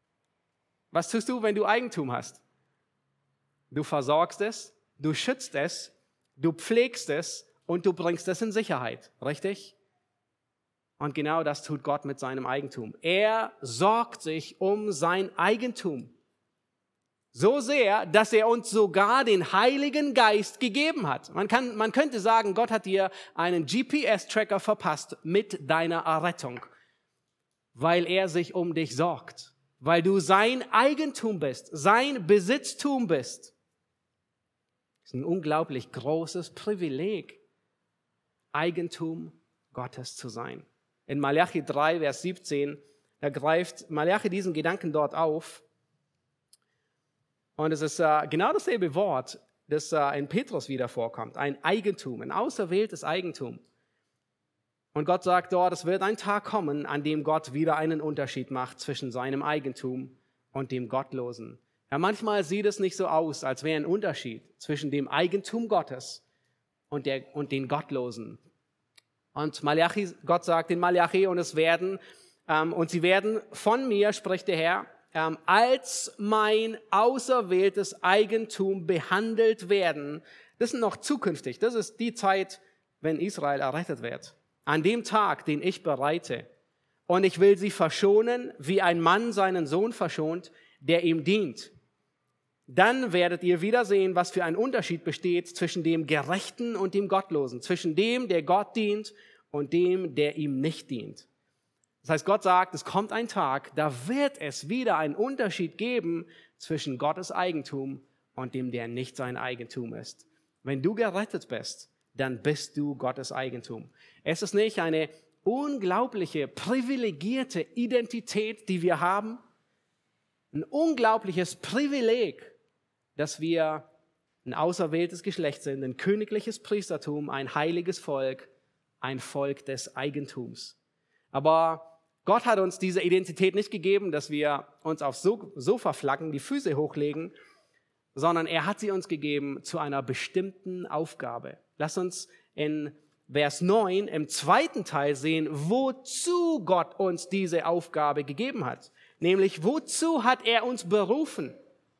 Speaker 1: Was tust du, wenn du Eigentum hast? Du versorgst es, du schützt es, du pflegst es und du bringst es in Sicherheit. Richtig? Und genau das tut Gott mit seinem Eigentum. Er sorgt sich um sein Eigentum. So sehr, dass er uns sogar den Heiligen Geist gegeben hat. Man kann, man könnte sagen, Gott hat dir einen G P S-Tracker verpasst mit deiner Errettung, weil er sich um dich sorgt, weil du sein Eigentum bist, sein Besitztum bist. Das ist ein unglaublich großes Privileg, Eigentum Gottes zu sein. In Malachi drei, Vers siebzehn, da greift Malachi diesen Gedanken dort auf. Und es ist äh, genau dasselbe Wort, das äh, in Petrus wieder vorkommt. Ein Eigentum, ein auserwähltes Eigentum. Und Gott sagt dort, es wird ein Tag kommen, an dem Gott wieder einen Unterschied macht zwischen seinem Eigentum und dem Gottlosen. Ja, manchmal sieht es nicht so aus, als wäre ein Unterschied zwischen dem Eigentum Gottes und, der, und den Gottlosen. Und Malachi, Gott sagt in Malachi, und es werden, ähm, und sie werden von mir, spricht der Herr, Ähm, als mein auserwähltes Eigentum behandelt werden. Das ist noch zukünftig. Das ist die Zeit, wenn Israel errettet wird. An dem Tag, den ich bereite. Und ich will sie verschonen, wie ein Mann seinen Sohn verschont, der ihm dient. Dann werdet ihr wieder sehen, was für ein Unterschied besteht zwischen dem Gerechten und dem Gottlosen. Zwischen dem, der Gott dient und dem, der ihm nicht dient. Das heißt, Gott sagt, es kommt ein Tag, da wird es wieder einen Unterschied geben zwischen Gottes Eigentum und dem, der nicht sein Eigentum ist. Wenn du gerettet bist, dann bist du Gottes Eigentum. Es ist nicht eine unglaubliche, privilegierte Identität, die wir haben. Ein unglaubliches Privileg, dass wir ein auserwähltes Geschlecht sind, ein königliches Priestertum, ein heiliges Volk, ein Volk des Eigentums. Aber Gott hat uns diese Identität nicht gegeben, dass wir uns aufs Sofa flacken, die Füße hochlegen, sondern er hat sie uns gegeben zu einer bestimmten Aufgabe. Lass uns in Vers neun im zweiten Teil sehen, wozu Gott uns diese Aufgabe gegeben hat. Nämlich, wozu hat er uns berufen?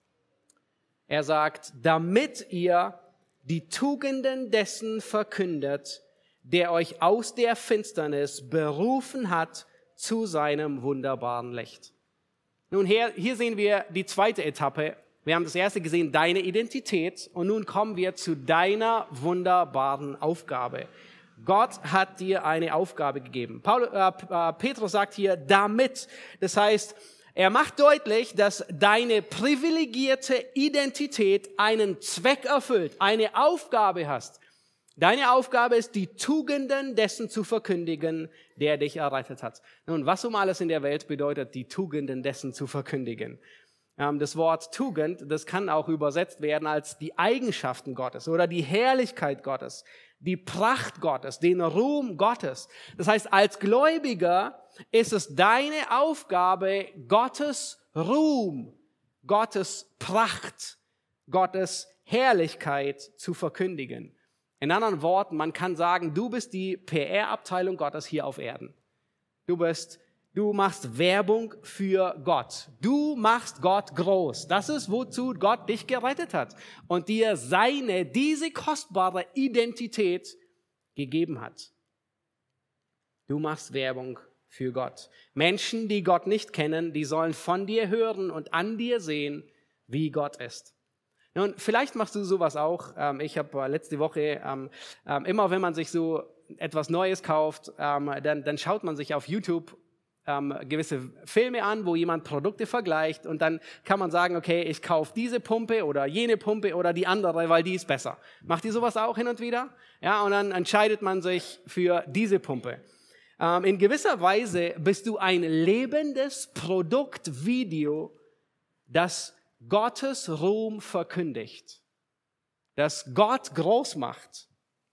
Speaker 1: Er sagt, damit ihr die Tugenden dessen verkündet, der euch aus der Finsternis berufen hat zu seinem wunderbaren Licht. Nun, hier, hier sehen wir die zweite Etappe. Wir haben das erste gesehen, deine Identität, und nun kommen wir zu deiner wunderbaren Aufgabe. Gott hat dir eine Aufgabe gegeben. Paul, äh, Petrus sagt hier, damit. Das heißt, er macht deutlich, dass deine privilegierte Identität einen Zweck erfüllt, eine Aufgabe hast. Deine Aufgabe ist, die Tugenden dessen zu verkündigen, der dich errettet hat. Nun, was um alles in der Welt bedeutet, die Tugenden dessen zu verkündigen? Das Wort Tugend, das kann auch übersetzt werden als die Eigenschaften Gottes oder die Herrlichkeit Gottes, die Pracht Gottes, den Ruhm Gottes. Das heißt, als Gläubiger ist es deine Aufgabe, Gottes Ruhm, Gottes Pracht, Gottes Herrlichkeit zu verkündigen. In anderen Worten, man kann sagen, du bist die P R-Abteilung Gottes hier auf Erden. Du bist Du machst Werbung für Gott. Du machst Gott groß. Das ist, wozu Gott dich gerettet hat und dir seine, diese kostbare Identität gegeben hat. Du machst Werbung für Gott. Menschen, die Gott nicht kennen, die sollen von dir hören und an dir sehen, wie Gott ist. Nun, vielleicht machst du sowas auch. Ich habe letzte Woche, immer wenn man sich so etwas Neues kauft, dann, dann schaut man sich auf YouTube Ähm, gewisse Filme an, wo jemand Produkte vergleicht, und dann kann man sagen, okay, ich kaufe diese Pumpe oder jene Pumpe oder die andere, weil die ist besser. Macht ihr sowas auch hin und wieder? Ja, und dann entscheidet man sich für diese Pumpe. Ähm, in gewisser Weise bist du ein lebendes Produktvideo, das Gottes Ruhm verkündigt, das Gott groß macht.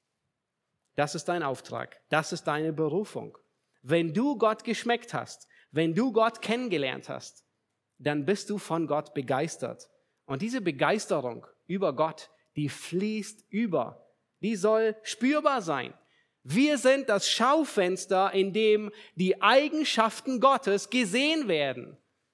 Speaker 1: Das ist dein Auftrag, das ist deine Berufung. Wenn du Gott geschmeckt hast, wenn du Gott kennengelernt hast, dann bist du von Gott begeistert. Und diese Begeisterung über Gott, die fließt über. Die soll spürbar sein. Wir sind das Schaufenster, in dem die Eigenschaften Gottes gesehen werden.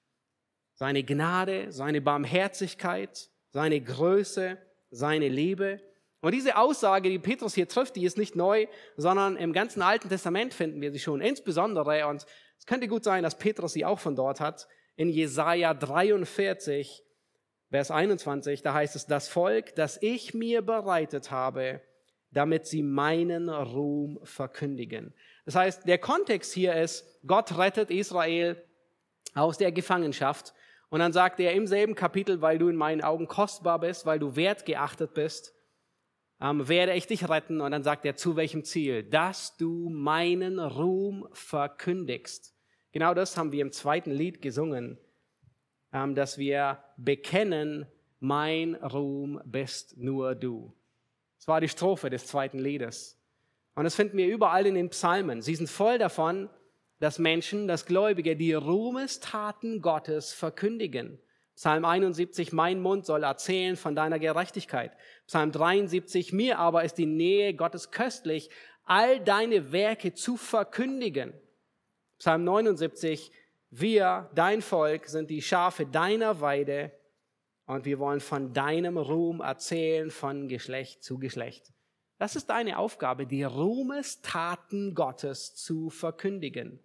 Speaker 1: Seine Gnade, seine Barmherzigkeit, seine Größe, seine Liebe. Und diese Aussage, die Petrus hier trifft, die ist nicht neu, sondern im ganzen Alten Testament finden wir sie schon. Insbesondere, und es könnte gut sein, dass Petrus sie auch von dort hat, in Jesaja dreiundvierzig, Vers einundzwanzig, da heißt es, das Volk, das ich mir bereitet habe, damit sie meinen Ruhm verkündigen. Das heißt, der Kontext hier ist, Gott rettet Israel aus der Gefangenschaft. Und dann sagt er im selben Kapitel, weil du in meinen Augen kostbar bist, weil du wertgeachtet bist, Ähm, werde ich dich retten. Und dann sagt er, zu welchem Ziel? Dass du meinen Ruhm verkündigst. Genau das haben wir im zweiten Lied gesungen, ähm, dass wir bekennen, mein Ruhm bist nur du. Das war die Strophe des zweiten Liedes. Und das finden wir überall in den Psalmen. Sie sind voll davon, dass Menschen, dass Gläubige, die Ruhmestaten Gottes verkündigen. Psalm einundsiebzig, mein Mund soll erzählen von deiner Gerechtigkeit. Psalm dreiundsiebzig, mir aber ist die Nähe Gottes köstlich, all deine Werke zu verkündigen. Psalm neunundsiebzig, wir, dein Volk, sind die Schafe deiner Weide und wir wollen von deinem Ruhm erzählen von Geschlecht zu Geschlecht. Das ist deine Aufgabe, die Ruhmestaten Gottes zu verkündigen.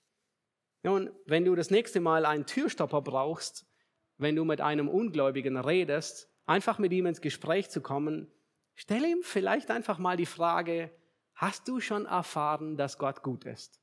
Speaker 1: Nun, wenn du das nächste Mal einen Türstopper brauchst, wenn du mit einem Ungläubigen redest, einfach mit ihm ins Gespräch zu kommen, stell ihm vielleicht einfach mal die Frage, hast du schon erfahren, dass Gott gut ist?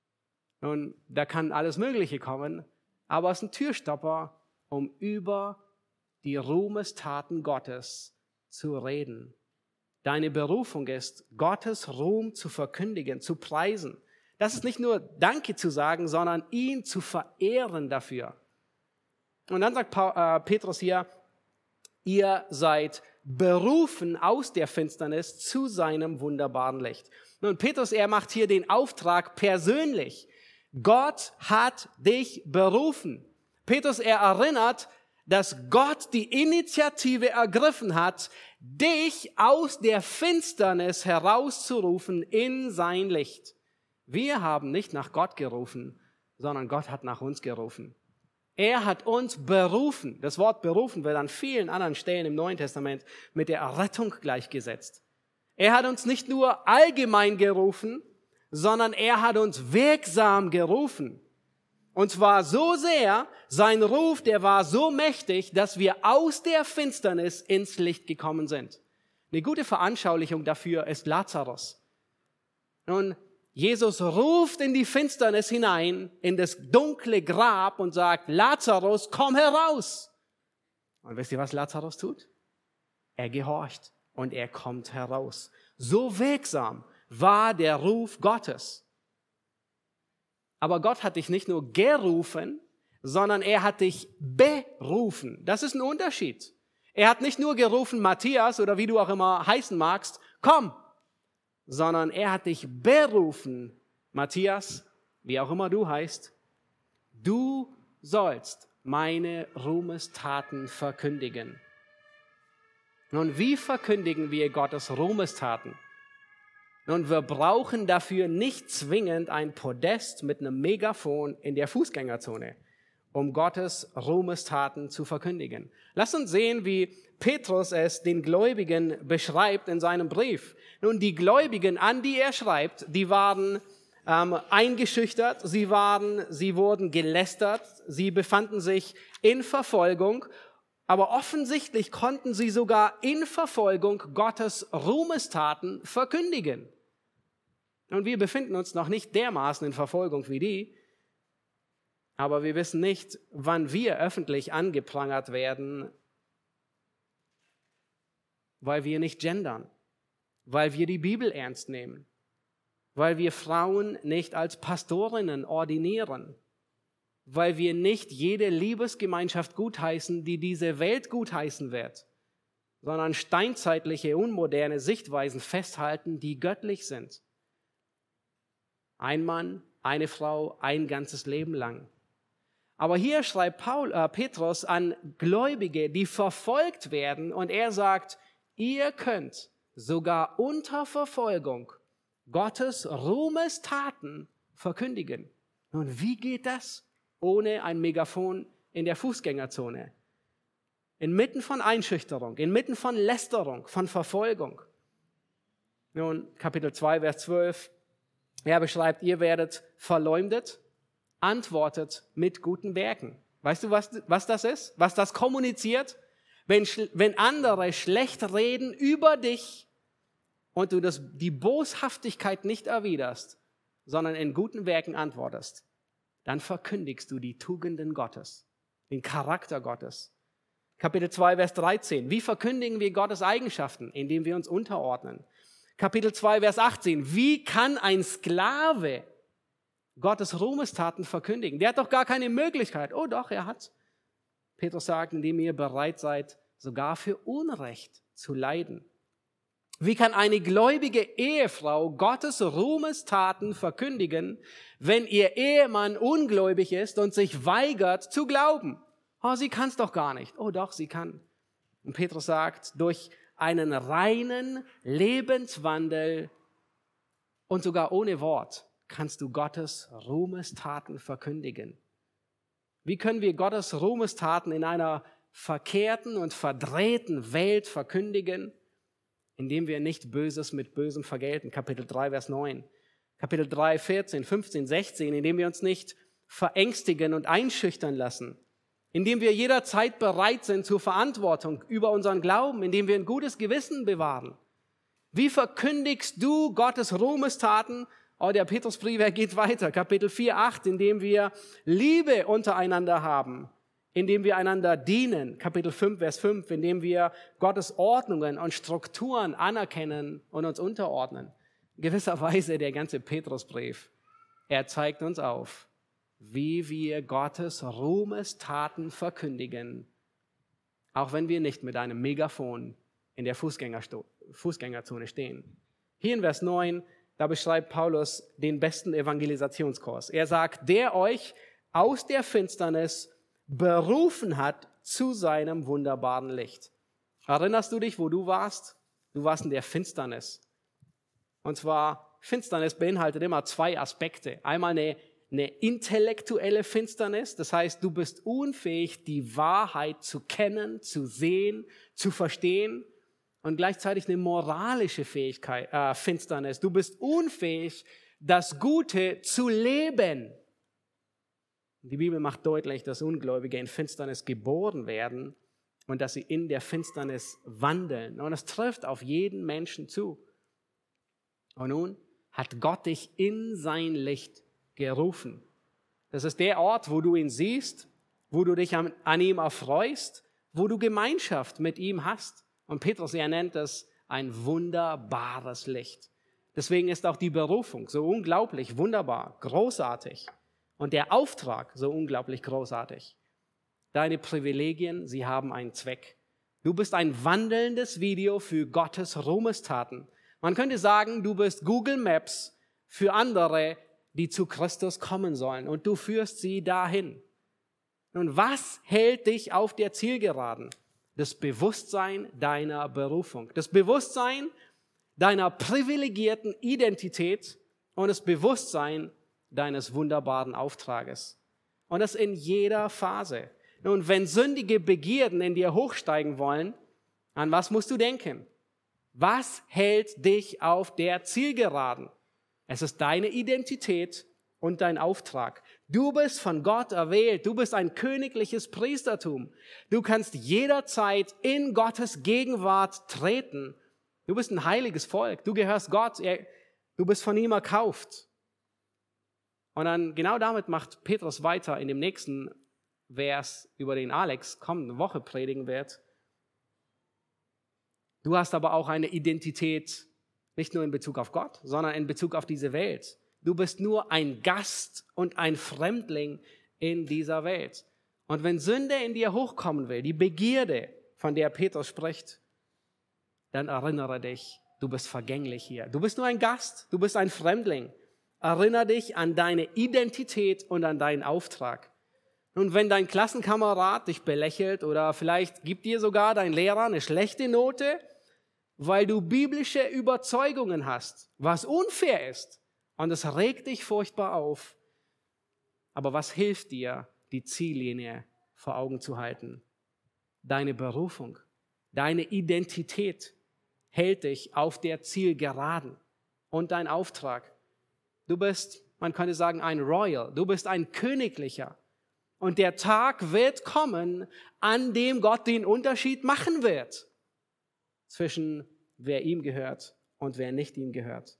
Speaker 1: Nun, da kann alles Mögliche kommen, aber es ist ein Türstopper, um über die Ruhmestaten Gottes zu reden. Deine Berufung ist, Gottes Ruhm zu verkündigen, zu preisen. Das ist nicht nur Danke zu sagen, sondern ihn zu verehren dafür. Und dann sagt Petrus hier, ihr seid berufen aus der Finsternis zu seinem wunderbaren Licht. Nun, Petrus, er macht hier den Auftrag persönlich. Gott hat dich berufen. Petrus, er erinnert, dass Gott die Initiative ergriffen hat, dich aus der Finsternis herauszurufen in sein Licht. Wir haben nicht nach Gott gerufen, sondern Gott hat nach uns gerufen. Er hat uns berufen. Das Wort berufen wird an vielen anderen Stellen im Neuen Testament mit der Errettung gleichgesetzt. Er hat uns nicht nur allgemein gerufen, sondern er hat uns wirksam gerufen. Und zwar so sehr, sein Ruf, der war so mächtig, dass wir aus der Finsternis ins Licht gekommen sind. Eine gute Veranschaulichung dafür ist Lazarus. Nun, Jesus ruft in die Finsternis hinein, in das dunkle Grab und sagt, Lazarus, komm heraus. Und wisst ihr, was Lazarus tut? Er gehorcht und er kommt heraus. So wirksam war der Ruf Gottes. Aber Gott hat dich nicht nur gerufen, sondern er hat dich berufen. Das ist ein Unterschied. Er hat nicht nur gerufen, Matthias oder wie du auch immer heißen magst, komm, sondern er hat dich berufen, Matthias, wie auch immer du heißt, du sollst meine Ruhmestaten verkündigen. Nun, wie verkündigen wir Gottes Ruhmestaten? Nun, wir brauchen dafür nicht zwingend ein Podest mit einem Megafon in der Fußgängerzone, um Gottes Ruhmestaten zu verkündigen. Lass uns sehen, wie Petrus es den Gläubigen beschreibt in seinem Brief. Nun, die Gläubigen, an die er schreibt, die waren ähm, eingeschüchtert, sie waren, sie wurden gelästert, sie befanden sich in Verfolgung, aber offensichtlich konnten sie sogar in Verfolgung Gottes Ruhmestaten verkündigen. Und wir befinden uns noch nicht dermaßen in Verfolgung wie die, aber wir wissen nicht, wann wir öffentlich angeprangert werden, weil wir nicht gendern, weil wir die Bibel ernst nehmen, weil wir Frauen nicht als Pastorinnen ordinieren, weil wir nicht jede Liebesgemeinschaft gutheißen, die diese Welt gutheißen wird, sondern steinzeitliche, unmoderne Sichtweisen festhalten, die göttlich sind. Ein Mann, eine Frau, ein ganzes Leben lang. Aber hier schreibt Paul, äh, Petrus an Gläubige, die verfolgt werden, und er sagt, ihr könnt sogar unter Verfolgung Gottes Ruhmestaten verkündigen. Nun, wie geht das? Ohne ein Megafon in der Fußgängerzone. Inmitten von Einschüchterung, inmitten von Lästerung, von Verfolgung. Nun, Kapitel zwei, Vers zwölf, er beschreibt, ihr werdet verleumdet, antwortet mit guten Werken. Weißt du, was, was das ist? Was das kommuniziert? Wenn, wenn andere schlecht reden über dich und du das, die Boshaftigkeit nicht erwiderst, sondern in guten Werken antwortest, dann verkündigst du die Tugenden Gottes, den Charakter Gottes. Kapitel zwei, Vers dreizehn. Wie verkündigen wir Gottes Eigenschaften? Indem wir uns unterordnen. Kapitel zwei, Vers achtzehn. Wie kann ein Sklave Gottes Ruhmestaten verkündigen? Der hat doch gar keine Möglichkeit. Oh doch, er hat. Petrus sagt, indem ihr bereit seid, sogar für Unrecht zu leiden. Wie kann eine gläubige Ehefrau Gottes Ruhmestaten verkündigen, wenn ihr Ehemann ungläubig ist und sich weigert zu glauben? Oh, sie kann es doch gar nicht. Oh doch, sie kann. Und Petrus sagt, durch einen reinen Lebenswandel und sogar ohne Wort kannst du Gottes Ruhmestaten verkündigen. Wie können wir Gottes Ruhmestaten in einer verkehrten und verdrehten Welt verkündigen? Indem wir nicht Böses mit Bösem vergelten. Kapitel drei, Vers neun. Kapitel drei, vierzehn, fünfzehn, sechzehn. Indem wir uns nicht verängstigen und einschüchtern lassen. Indem wir jederzeit bereit sind zur Verantwortung über unseren Glauben. Indem wir ein gutes Gewissen bewahren. Wie verkündigst du Gottes Ruhmestaten? Oh, der Petrusbrief, er geht weiter. Kapitel vier, acht. Indem wir Liebe untereinander haben. Indem wir einander dienen, Kapitel fünf, Vers fünf, indem wir Gottes Ordnungen und Strukturen anerkennen und uns unterordnen. In gewisser Weise der ganze Petrusbrief er zeigt uns auf, wie wir Gottes Ruhmestaten verkündigen, auch wenn wir nicht mit einem Megafon in der Fußgängersto- Fußgängerzone stehen. Hier in Vers neun, da beschreibt Paulus den besten Evangelisationskurs. Er sagt, der euch aus der Finsternis berufen hat zu seinem wunderbaren Licht. Erinnerst du dich, wo du warst? Du warst in der Finsternis. Und zwar, Finsternis beinhaltet immer zwei Aspekte. Einmal eine, eine intellektuelle Finsternis, das heißt, du bist unfähig, die Wahrheit zu kennen, zu sehen, zu verstehen. Und gleichzeitig eine moralische Fähigkeit, äh, Finsternis. Du bist unfähig, das Gute zu leben. Die Bibel macht deutlich, dass Ungläubige in Finsternis geboren werden und dass sie in der Finsternis wandeln. Und das trifft auf jeden Menschen zu. Und nun hat Gott dich in sein Licht gerufen. Das ist der Ort, wo du ihn siehst, wo du dich an, an ihm erfreust, wo du Gemeinschaft mit ihm hast. Und Petrus, er nennt es ein wunderbares Licht. Deswegen ist auch die Berufung so unglaublich wunderbar, großartig. Und der Auftrag so unglaublich großartig. Deine Privilegien, sie haben einen Zweck. Du bist ein wandelndes Video für Gottes Ruhmestaten. Man könnte sagen, du bist Google Maps für andere, die zu Christus kommen sollen. Und du führst sie dahin. Nun, was hält dich auf der Zielgeraden? Das Bewusstsein deiner Berufung. Das Bewusstsein deiner privilegierten Identität und das Bewusstsein deines wunderbaren Auftrages. Und das in jeder Phase. Nun, wenn sündige Begierden in dir hochsteigen wollen, an was musst du denken? Was hält dich auf der Zielgeraden? Es ist deine Identität und dein Auftrag. Du bist von Gott erwählt. Du bist ein königliches Priestertum. Du kannst jederzeit in Gottes Gegenwart treten. Du bist ein heiliges Volk. Du gehörst Gott. Er, du bist von ihm erkauft. Und dann genau damit macht Petrus weiter in dem nächsten Vers, über den Alex kommende Woche predigen wird. Du hast aber auch eine Identität, nicht nur in Bezug auf Gott, sondern in Bezug auf diese Welt. Du bist nur ein Gast und ein Fremdling in dieser Welt. Und wenn Sünde in dir hochkommen will, die Begierde, von der Petrus spricht, dann erinnere dich, du bist vergänglich hier. Du bist nur ein Gast, du bist ein Fremdling. Erinnere dich an deine Identität und an deinen Auftrag. Und wenn dein Klassenkamerad dich belächelt oder vielleicht gibt dir sogar dein Lehrer eine schlechte Note, weil du biblische Überzeugungen hast, was unfair ist, und es regt dich furchtbar auf. Aber was hilft dir, die Ziellinie vor Augen zu halten? Deine Berufung, deine Identität hält dich auf der Zielgeraden und dein Auftrag. Du bist, man könnte sagen, ein Royal, du bist ein Königlicher. Und der Tag wird kommen, an dem Gott den Unterschied machen wird zwischen wer ihm gehört und wer nicht ihm gehört.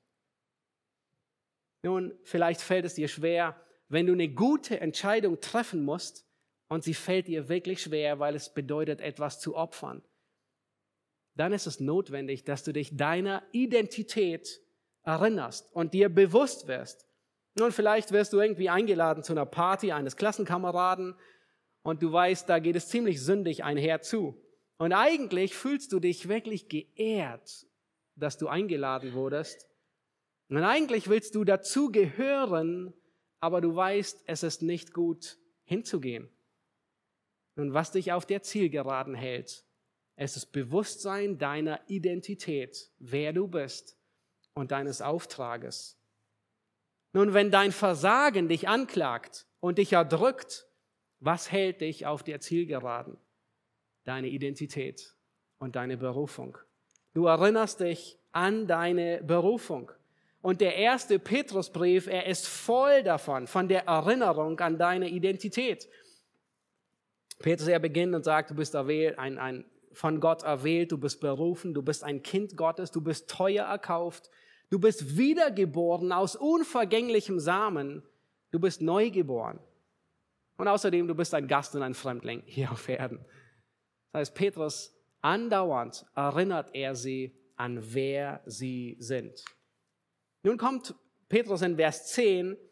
Speaker 1: Nun, vielleicht fällt es dir schwer, wenn du eine gute Entscheidung treffen musst und sie fällt dir wirklich schwer, weil es bedeutet, etwas zu opfern. Dann ist es notwendig, dass du dich deiner Identität erinnerst und dir bewusst wirst. Nun, vielleicht wirst du irgendwie eingeladen zu einer Party eines Klassenkameraden und du weißt, da geht es ziemlich sündig einher zu. Und eigentlich fühlst du dich wirklich geehrt, dass du eingeladen wurdest. Und eigentlich willst du dazu gehören, aber du weißt, es ist nicht gut, hinzugehen. Und was dich auf der Zielgeraden hält, es ist Bewusstsein deiner Identität, wer du bist und deines Auftrages. Nun, wenn dein Versagen dich anklagt und dich erdrückt, was hält dich auf der Zielgeraden? Deine Identität und deine Berufung. Du erinnerst dich an deine Berufung. Und der erste Petrusbrief, er ist voll davon, von der Erinnerung an deine Identität. Petrus, er beginnt und sagt, du bist erwählt, ein, ein, von Gott erwählt, du bist berufen, du bist ein Kind Gottes, du bist teuer erkauft, du bist wiedergeboren aus unvergänglichem Samen, du bist neugeboren. Und außerdem, du bist ein Gast und ein Fremdling hier auf Erden. Das heißt, Petrus, andauernd erinnert er sie an wer sie sind. Nun kommt Petrus in Vers zehn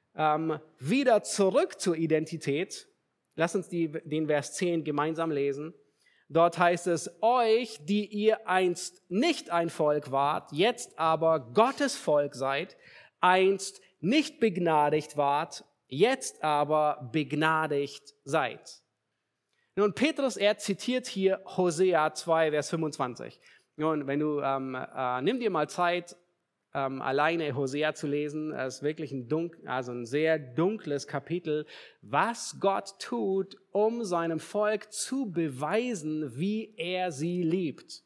Speaker 1: ähm, wieder zurück zur Identität. Lass uns die, den Vers zehn gemeinsam lesen. Dort heißt es, euch, die ihr einst nicht ein Volk wart, jetzt aber Gottes Volk seid, einst nicht begnadigt wart, jetzt aber begnadigt seid. Nun, Petrus, er zitiert hier Hosea zwei, Vers fünfundzwanzig. Nun, wenn du, ähm, äh, nimm dir mal Zeit, ähm, alleine Hosea zu lesen. Es ist wirklich ein, dunk, also ein sehr dunkles Kapitel, was Gott tut, um seinem Volk zu beweisen, wie er sie liebt.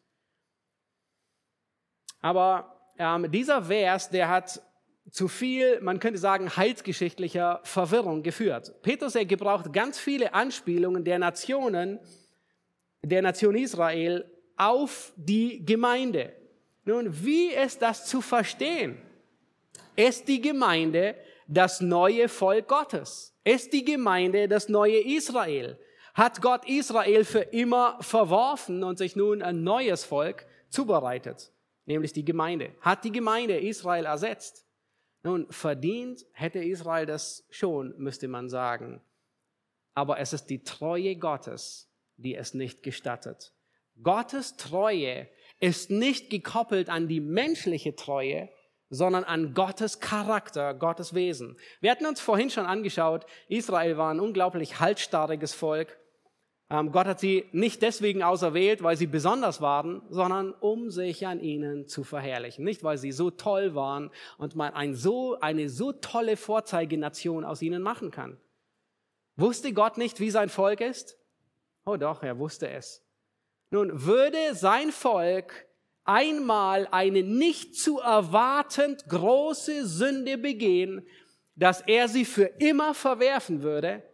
Speaker 1: Aber ähm, dieser Vers, der hat zu viel, man könnte sagen, heilsgeschichtlicher Verwirrung geführt. Petrus, er gebraucht ganz viele Anspielungen der Nationen, der Nation Israel auf die Gemeinde. Nun, wie ist das zu verstehen? Ist die Gemeinde das neue Volk Gottes? Ist die Gemeinde das neue Israel? Hat Gott Israel für immer verworfen und sich nun ein neues Volk zubereitet, nämlich die Gemeinde? Hat die Gemeinde Israel ersetzt? Nun, verdient hätte Israel das schon, müsste man sagen. Aber es ist die Treue Gottes, die es nicht gestattet. Gottes Treue ist nicht gekoppelt an die menschliche Treue, sondern an Gottes Charakter, Gottes Wesen. Wir hatten uns vorhin schon angeschaut, Israel war ein unglaublich halsstarriges Volk. Ähm, Gott hat sie nicht deswegen auserwählt, weil sie besonders waren, sondern um sich an ihnen zu verherrlichen. Nicht, weil sie so toll waren und man ein so, eine so tolle Vorzeigenation aus ihnen machen kann. Wusste Gott nicht, wie sein Volk ist? Oh doch, er wusste es. Nun, würde sein Volk einmal eine nicht zu erwartend große Sünde begehen, dass er sie für immer verwerfen würde?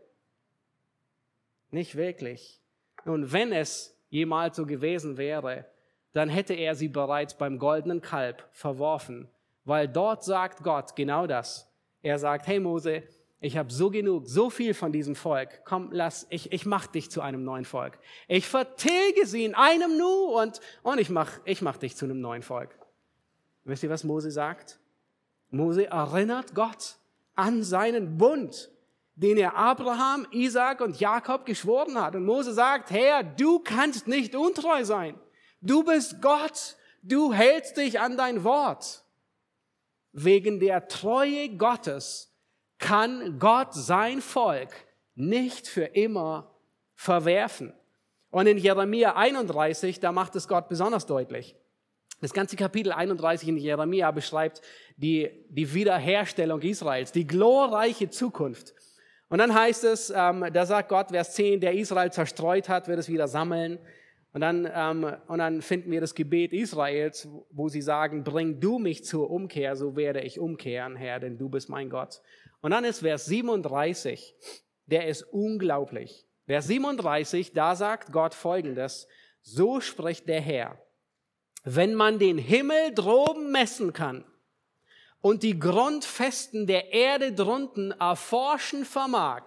Speaker 1: Nicht wirklich. Nun, wenn es jemals so gewesen wäre, dann hätte er sie bereits beim goldenen Kalb verworfen, weil dort sagt Gott genau das. Er sagt, hey Mose, ich habe so genug, so viel von diesem Volk. Komm, lass, ich, ich mach dich zu einem neuen Volk. Ich vertilge sie in einem Nu und, und ich mach, ich mach dich zu einem neuen Volk. Wisst ihr, was Mose sagt? Mose erinnert Gott an seinen Bund, den er Abraham, Isaak und Jakob geschworen hat. Und Mose sagt, Herr, du kannst nicht untreu sein. Du bist Gott. Du hältst dich an dein Wort. Wegen der Treue Gottes kann Gott sein Volk nicht für immer verwerfen. Und in Jeremia einunddreißig, da macht es Gott besonders deutlich. Das ganze Kapitel einunddreißig in Jeremia beschreibt die, die Wiederherstellung Israels, die glorreiche Zukunft. Und dann heißt es, ähm, da sagt Gott, Vers zehn, der Israel zerstreut hat, wird es wieder sammeln. Und dann, ähm, und dann finden wir das Gebet Israels, wo sie sagen, bring du mich zur Umkehr, so werde ich umkehren, Herr, denn du bist mein Gott. Und dann ist Vers siebenunddreißig, der ist unglaublich. Vers siebenunddreißig, da sagt Gott Folgendes, so spricht der Herr, wenn man den Himmel droben messen kann und die Grundfesten der Erde drunten erforschen vermag,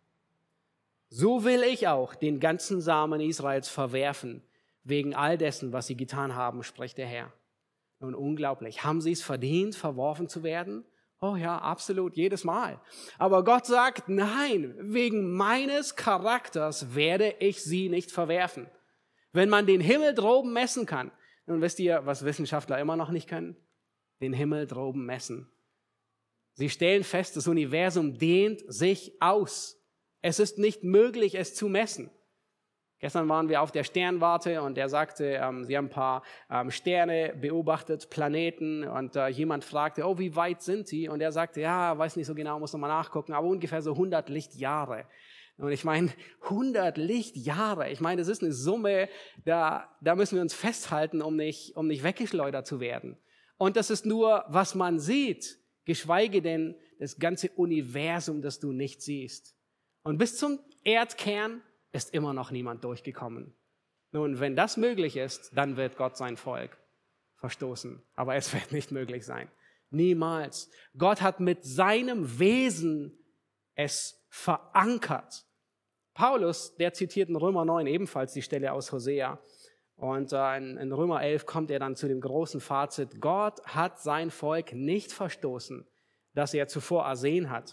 Speaker 1: so will ich auch den ganzen Samen Israels verwerfen, wegen all dessen, was sie getan haben, spricht der Herr. Nun, unglaublich. Haben sie es verdient, verworfen zu werden? Oh ja, absolut, jedes Mal. Aber Gott sagt, nein, wegen meines Charakters werde ich sie nicht verwerfen. Wenn man den Himmel droben messen kann, nun wisst ihr, was Wissenschaftler immer noch nicht können? Den Himmel droben messen. Sie stellen fest, das Universum dehnt sich aus. Es ist nicht möglich, es zu messen. Gestern waren wir auf der Sternwarte und er sagte, ähm, sie haben ein paar ähm, Sterne beobachtet, Planeten und äh, jemand fragte, oh, wie weit sind sie? Und er sagte, ja, weiß nicht so genau, muss nochmal nachgucken, aber ungefähr so hundert Lichtjahre. Und ich meine, hundert Lichtjahre, ich meine, das ist eine Summe, da, da müssen wir uns festhalten, um nicht, um nicht weggeschleudert zu werden. Und das ist nur, was man sieht, geschweige denn das ganze Universum, das du nicht siehst. Und bis zum Erdkern ist immer noch niemand durchgekommen. Nun, wenn das möglich ist, dann wird Gott sein Volk verstoßen. Aber es wird nicht möglich sein. Niemals. Gott hat mit seinem Wesen es verankert. Paulus, der zitiert in Römer neun ebenfalls die Stelle aus Hosea. Und äh, in, in Römer elf kommt er dann zu dem großen Fazit, Gott hat sein Volk nicht verstoßen, das er zuvor ersehen hat.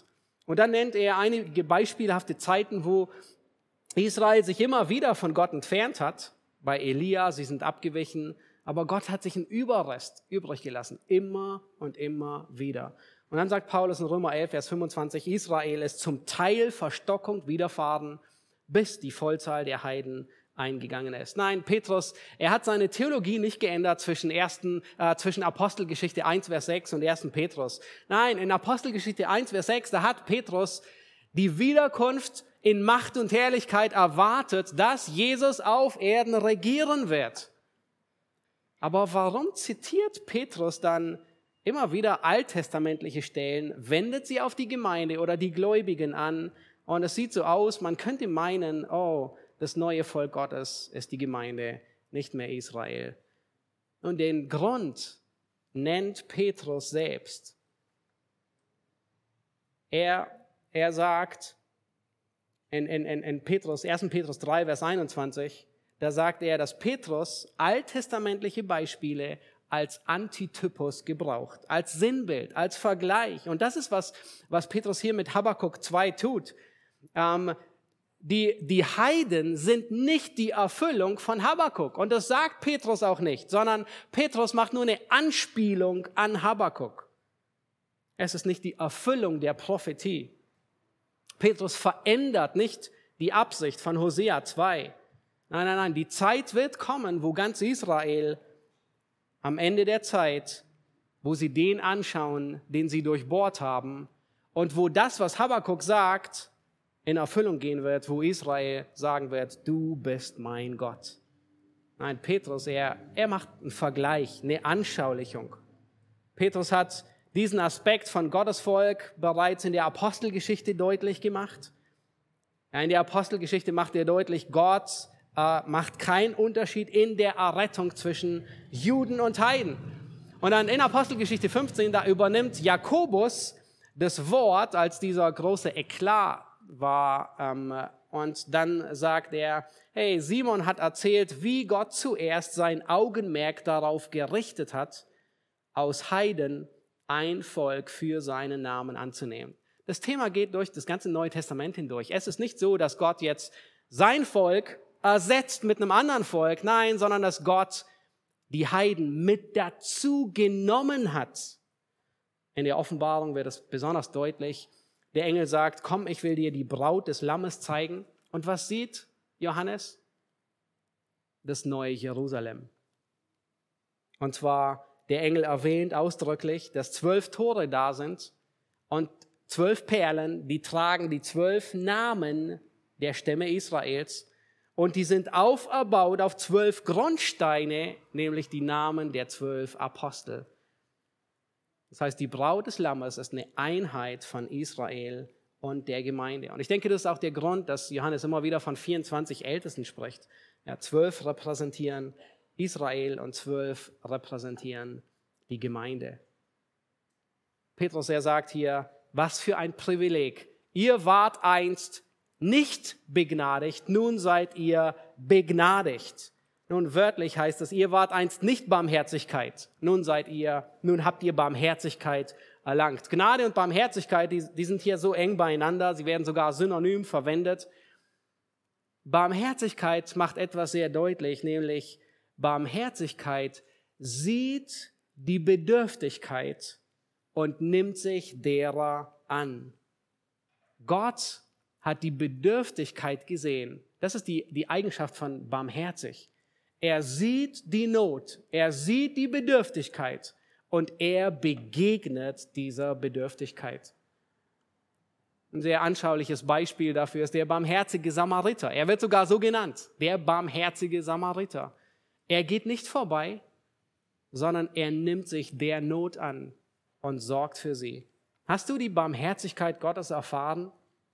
Speaker 1: Und dann nennt er einige beispielhafte Zeiten, wo Israel sich immer wieder von Gott entfernt hat. Bei Elia, sie sind abgewichen, aber Gott hat sich einen Überrest übrig gelassen, immer und immer wieder. Und dann sagt Paulus in Römer elf, Vers fünfundzwanzig, Israel ist zum Teil Verstockung widerfahren, bis die Vollzahl der Heiden eingegangen ist. Nein, Petrus, er hat seine Theologie nicht geändert zwischen, ersten, äh, zwischen Apostelgeschichte eins, Vers sechs und ersten Petrus. Nein, in Apostelgeschichte eins, Vers sechs, da hat Petrus die Wiederkunft in Macht und Herrlichkeit erwartet, dass Jesus auf Erden regieren wird. Aber warum zitiert Petrus dann immer wieder alttestamentliche Stellen, wendet sie auf die Gemeinde oder die Gläubigen an und es sieht so aus, man könnte meinen, oh, das neue Volk Gottes ist die Gemeinde, nicht mehr Israel. Und den Grund nennt Petrus selbst. Er, er sagt in, in, in Petrus, ersten Petrus drei, Vers einundzwanzig, da sagt er, dass Petrus alttestamentliche Beispiele als Antitypus gebraucht, als Sinnbild, als Vergleich. Und das ist, was, was Petrus hier mit Habakkuk zwei tut. Ähm, die, die Heiden sind nicht die Erfüllung von Habakkuk. Und das sagt Petrus auch nicht, sondern Petrus macht nur eine Anspielung an Habakkuk. Es ist nicht die Erfüllung der Prophetie. Petrus verändert nicht die Absicht von Hosea zwei. Nein, nein, nein, die Zeit wird kommen, wo ganz Israel am Ende der Zeit, wo sie den anschauen, den sie durchbohrt haben und wo das, was Habakkuk sagt, in Erfüllung gehen wird, wo Israel sagen wird, du bist mein Gott. Nein, Petrus, er, er macht einen Vergleich, eine Anschaulichung. Petrus hat diesen Aspekt von Gottes Volk bereits in der Apostelgeschichte deutlich gemacht. Ja, in der Apostelgeschichte macht er deutlich, Gott äh, macht keinen Unterschied in der Errettung zwischen Juden und Heiden. Und dann in Apostelgeschichte fünfzehn, da übernimmt Jakobus das Wort, als dieser große Eklat war. Ähm, und dann sagt er, hey, Simon hat erzählt, wie Gott zuerst sein Augenmerk darauf gerichtet hat, aus Heiden ein Volk für seinen Namen anzunehmen. Das Thema geht durch das ganze Neue Testament hindurch. Es ist nicht so, dass Gott jetzt sein Volk ersetzt mit einem anderen Volk, nein, sondern dass Gott die Heiden mit dazu genommen hat. In der Offenbarung wird es besonders deutlich. Der Engel sagt, komm, ich will dir die Braut des Lammes zeigen. Und was sieht Johannes? Das neue Jerusalem. Und zwar, der Engel erwähnt ausdrücklich, dass zwölf Tore da sind und zwölf Perlen, die tragen die zwölf Namen der Stämme Israels. Und die sind auferbaut auf zwölf Grundsteine, nämlich die Namen der zwölf Apostel. Das heißt, die Braut des Lammes ist eine Einheit von Israel und der Gemeinde. Und ich denke, das ist auch der Grund, dass Johannes immer wieder von vierundzwanzig Ältesten spricht. Ja, zwölf repräsentieren Israel und zwölf repräsentieren die Gemeinde. Petrus, er sagt hier, was für ein Privileg. Ihr wart einst nicht begnadigt, nun seid ihr begnadigt. Nun wörtlich heißt es, ihr wart einst nicht Barmherzigkeit, nun seid ihr, nun habt ihr Barmherzigkeit erlangt. Gnade und Barmherzigkeit, die, die sind hier so eng beieinander, sie werden sogar synonym verwendet. Barmherzigkeit macht etwas sehr deutlich, nämlich Barmherzigkeit sieht die Bedürftigkeit und nimmt sich derer an. Gott hat die Bedürftigkeit gesehen. Das ist die, die Eigenschaft von barmherzig. Er sieht die Not, er sieht die Bedürftigkeit und er begegnet dieser Bedürftigkeit. Ein sehr anschauliches Beispiel dafür ist der barmherzige Samariter. Er wird sogar so genannt, der barmherzige Samariter. Er geht nicht vorbei, sondern er nimmt sich der Not an und sorgt für sie. Hast du die Barmherzigkeit Gottes erfahren?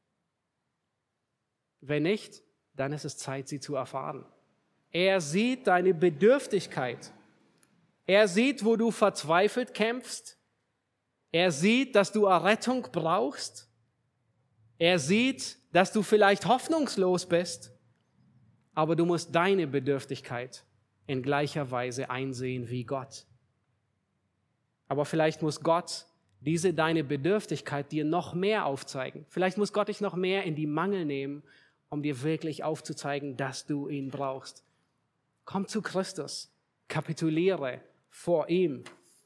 Speaker 1: Wenn nicht, dann ist es Zeit, sie zu erfahren. Er sieht deine Bedürftigkeit. Er sieht, wo du verzweifelt kämpfst. Er sieht, dass du Errettung brauchst. Er sieht, dass du vielleicht hoffnungslos bist. Aber du musst deine Bedürftigkeit in gleicher Weise einsehen wie Gott. Aber vielleicht muss Gott diese deine Bedürftigkeit dir noch mehr aufzeigen. Vielleicht muss Gott dich noch mehr in die Mangel nehmen, um dir wirklich aufzuzeigen, dass du ihn brauchst. Komm zu Christus, kapituliere vor ihm.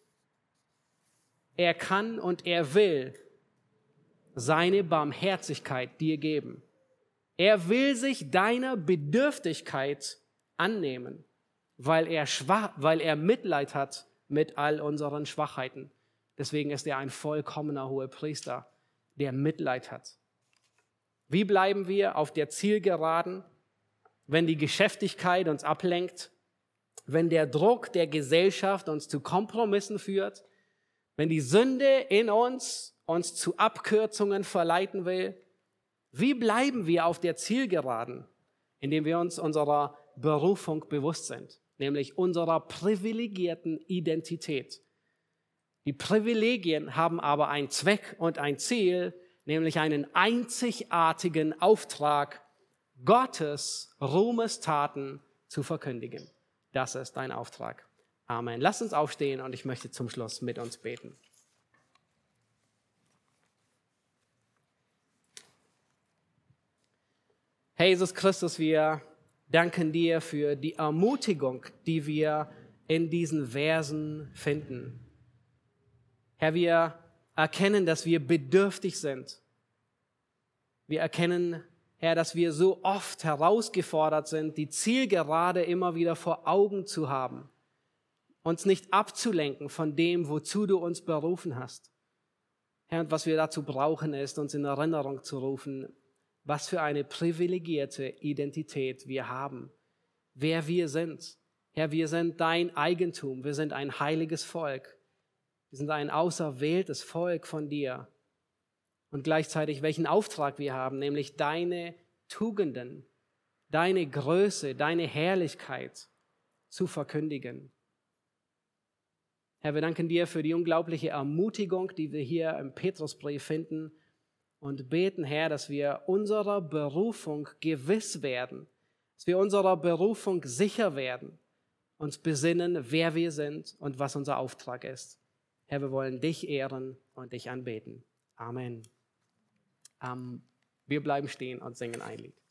Speaker 1: Er kann und er will seine Barmherzigkeit dir geben. Er will sich deiner Bedürftigkeit annehmen, weil er schwach, weil er Mitleid hat mit all unseren Schwachheiten. Deswegen ist er ein vollkommener Hohepriester, der Mitleid hat. Wie bleiben wir auf der Zielgeraden, wenn die Geschäftigkeit uns ablenkt, wenn der Druck der Gesellschaft uns zu Kompromissen führt, wenn die Sünde in uns uns zu Abkürzungen verleiten will? Wie bleiben wir auf der Zielgeraden, indem wir uns unserer Berufung bewusst sind, nämlich unserer privilegierten Identität? Die Privilegien haben aber einen Zweck und ein Ziel, nämlich einen einzigartigen Auftrag, Gottes Ruhmestaten zu verkündigen. Das ist dein Auftrag. Amen. Lass uns aufstehen und ich möchte zum Schluss mit uns beten. Herr Jesus Christus, wir danken dir für die Ermutigung, die wir in diesen Versen finden. Herr, wir erkennen, dass wir bedürftig sind. Wir erkennen, Herr, dass wir so oft herausgefordert sind, die Zielgerade immer wieder vor Augen zu haben, uns nicht abzulenken von dem, wozu du uns berufen hast. Herr, und was wir dazu brauchen, ist, uns in Erinnerung zu rufen, was für eine privilegierte Identität wir haben, wer wir sind. Herr, wir sind dein Eigentum, wir sind ein heiliges Volk. Wir sind ein auserwähltes Volk von dir. Und gleichzeitig welchen Auftrag wir haben, nämlich deine Tugenden, deine Größe, deine Herrlichkeit zu verkündigen. Herr, wir danken dir für die unglaubliche Ermutigung, die wir hier im Petrusbrief finden und beten, Herr, dass wir unserer Berufung gewiss werden, dass wir unserer Berufung sicher werden, uns besinnen, wer wir sind und was unser Auftrag ist. Herr, wir wollen dich ehren und dich anbeten. Amen. Um, wir bleiben stehen und singen ein Lied.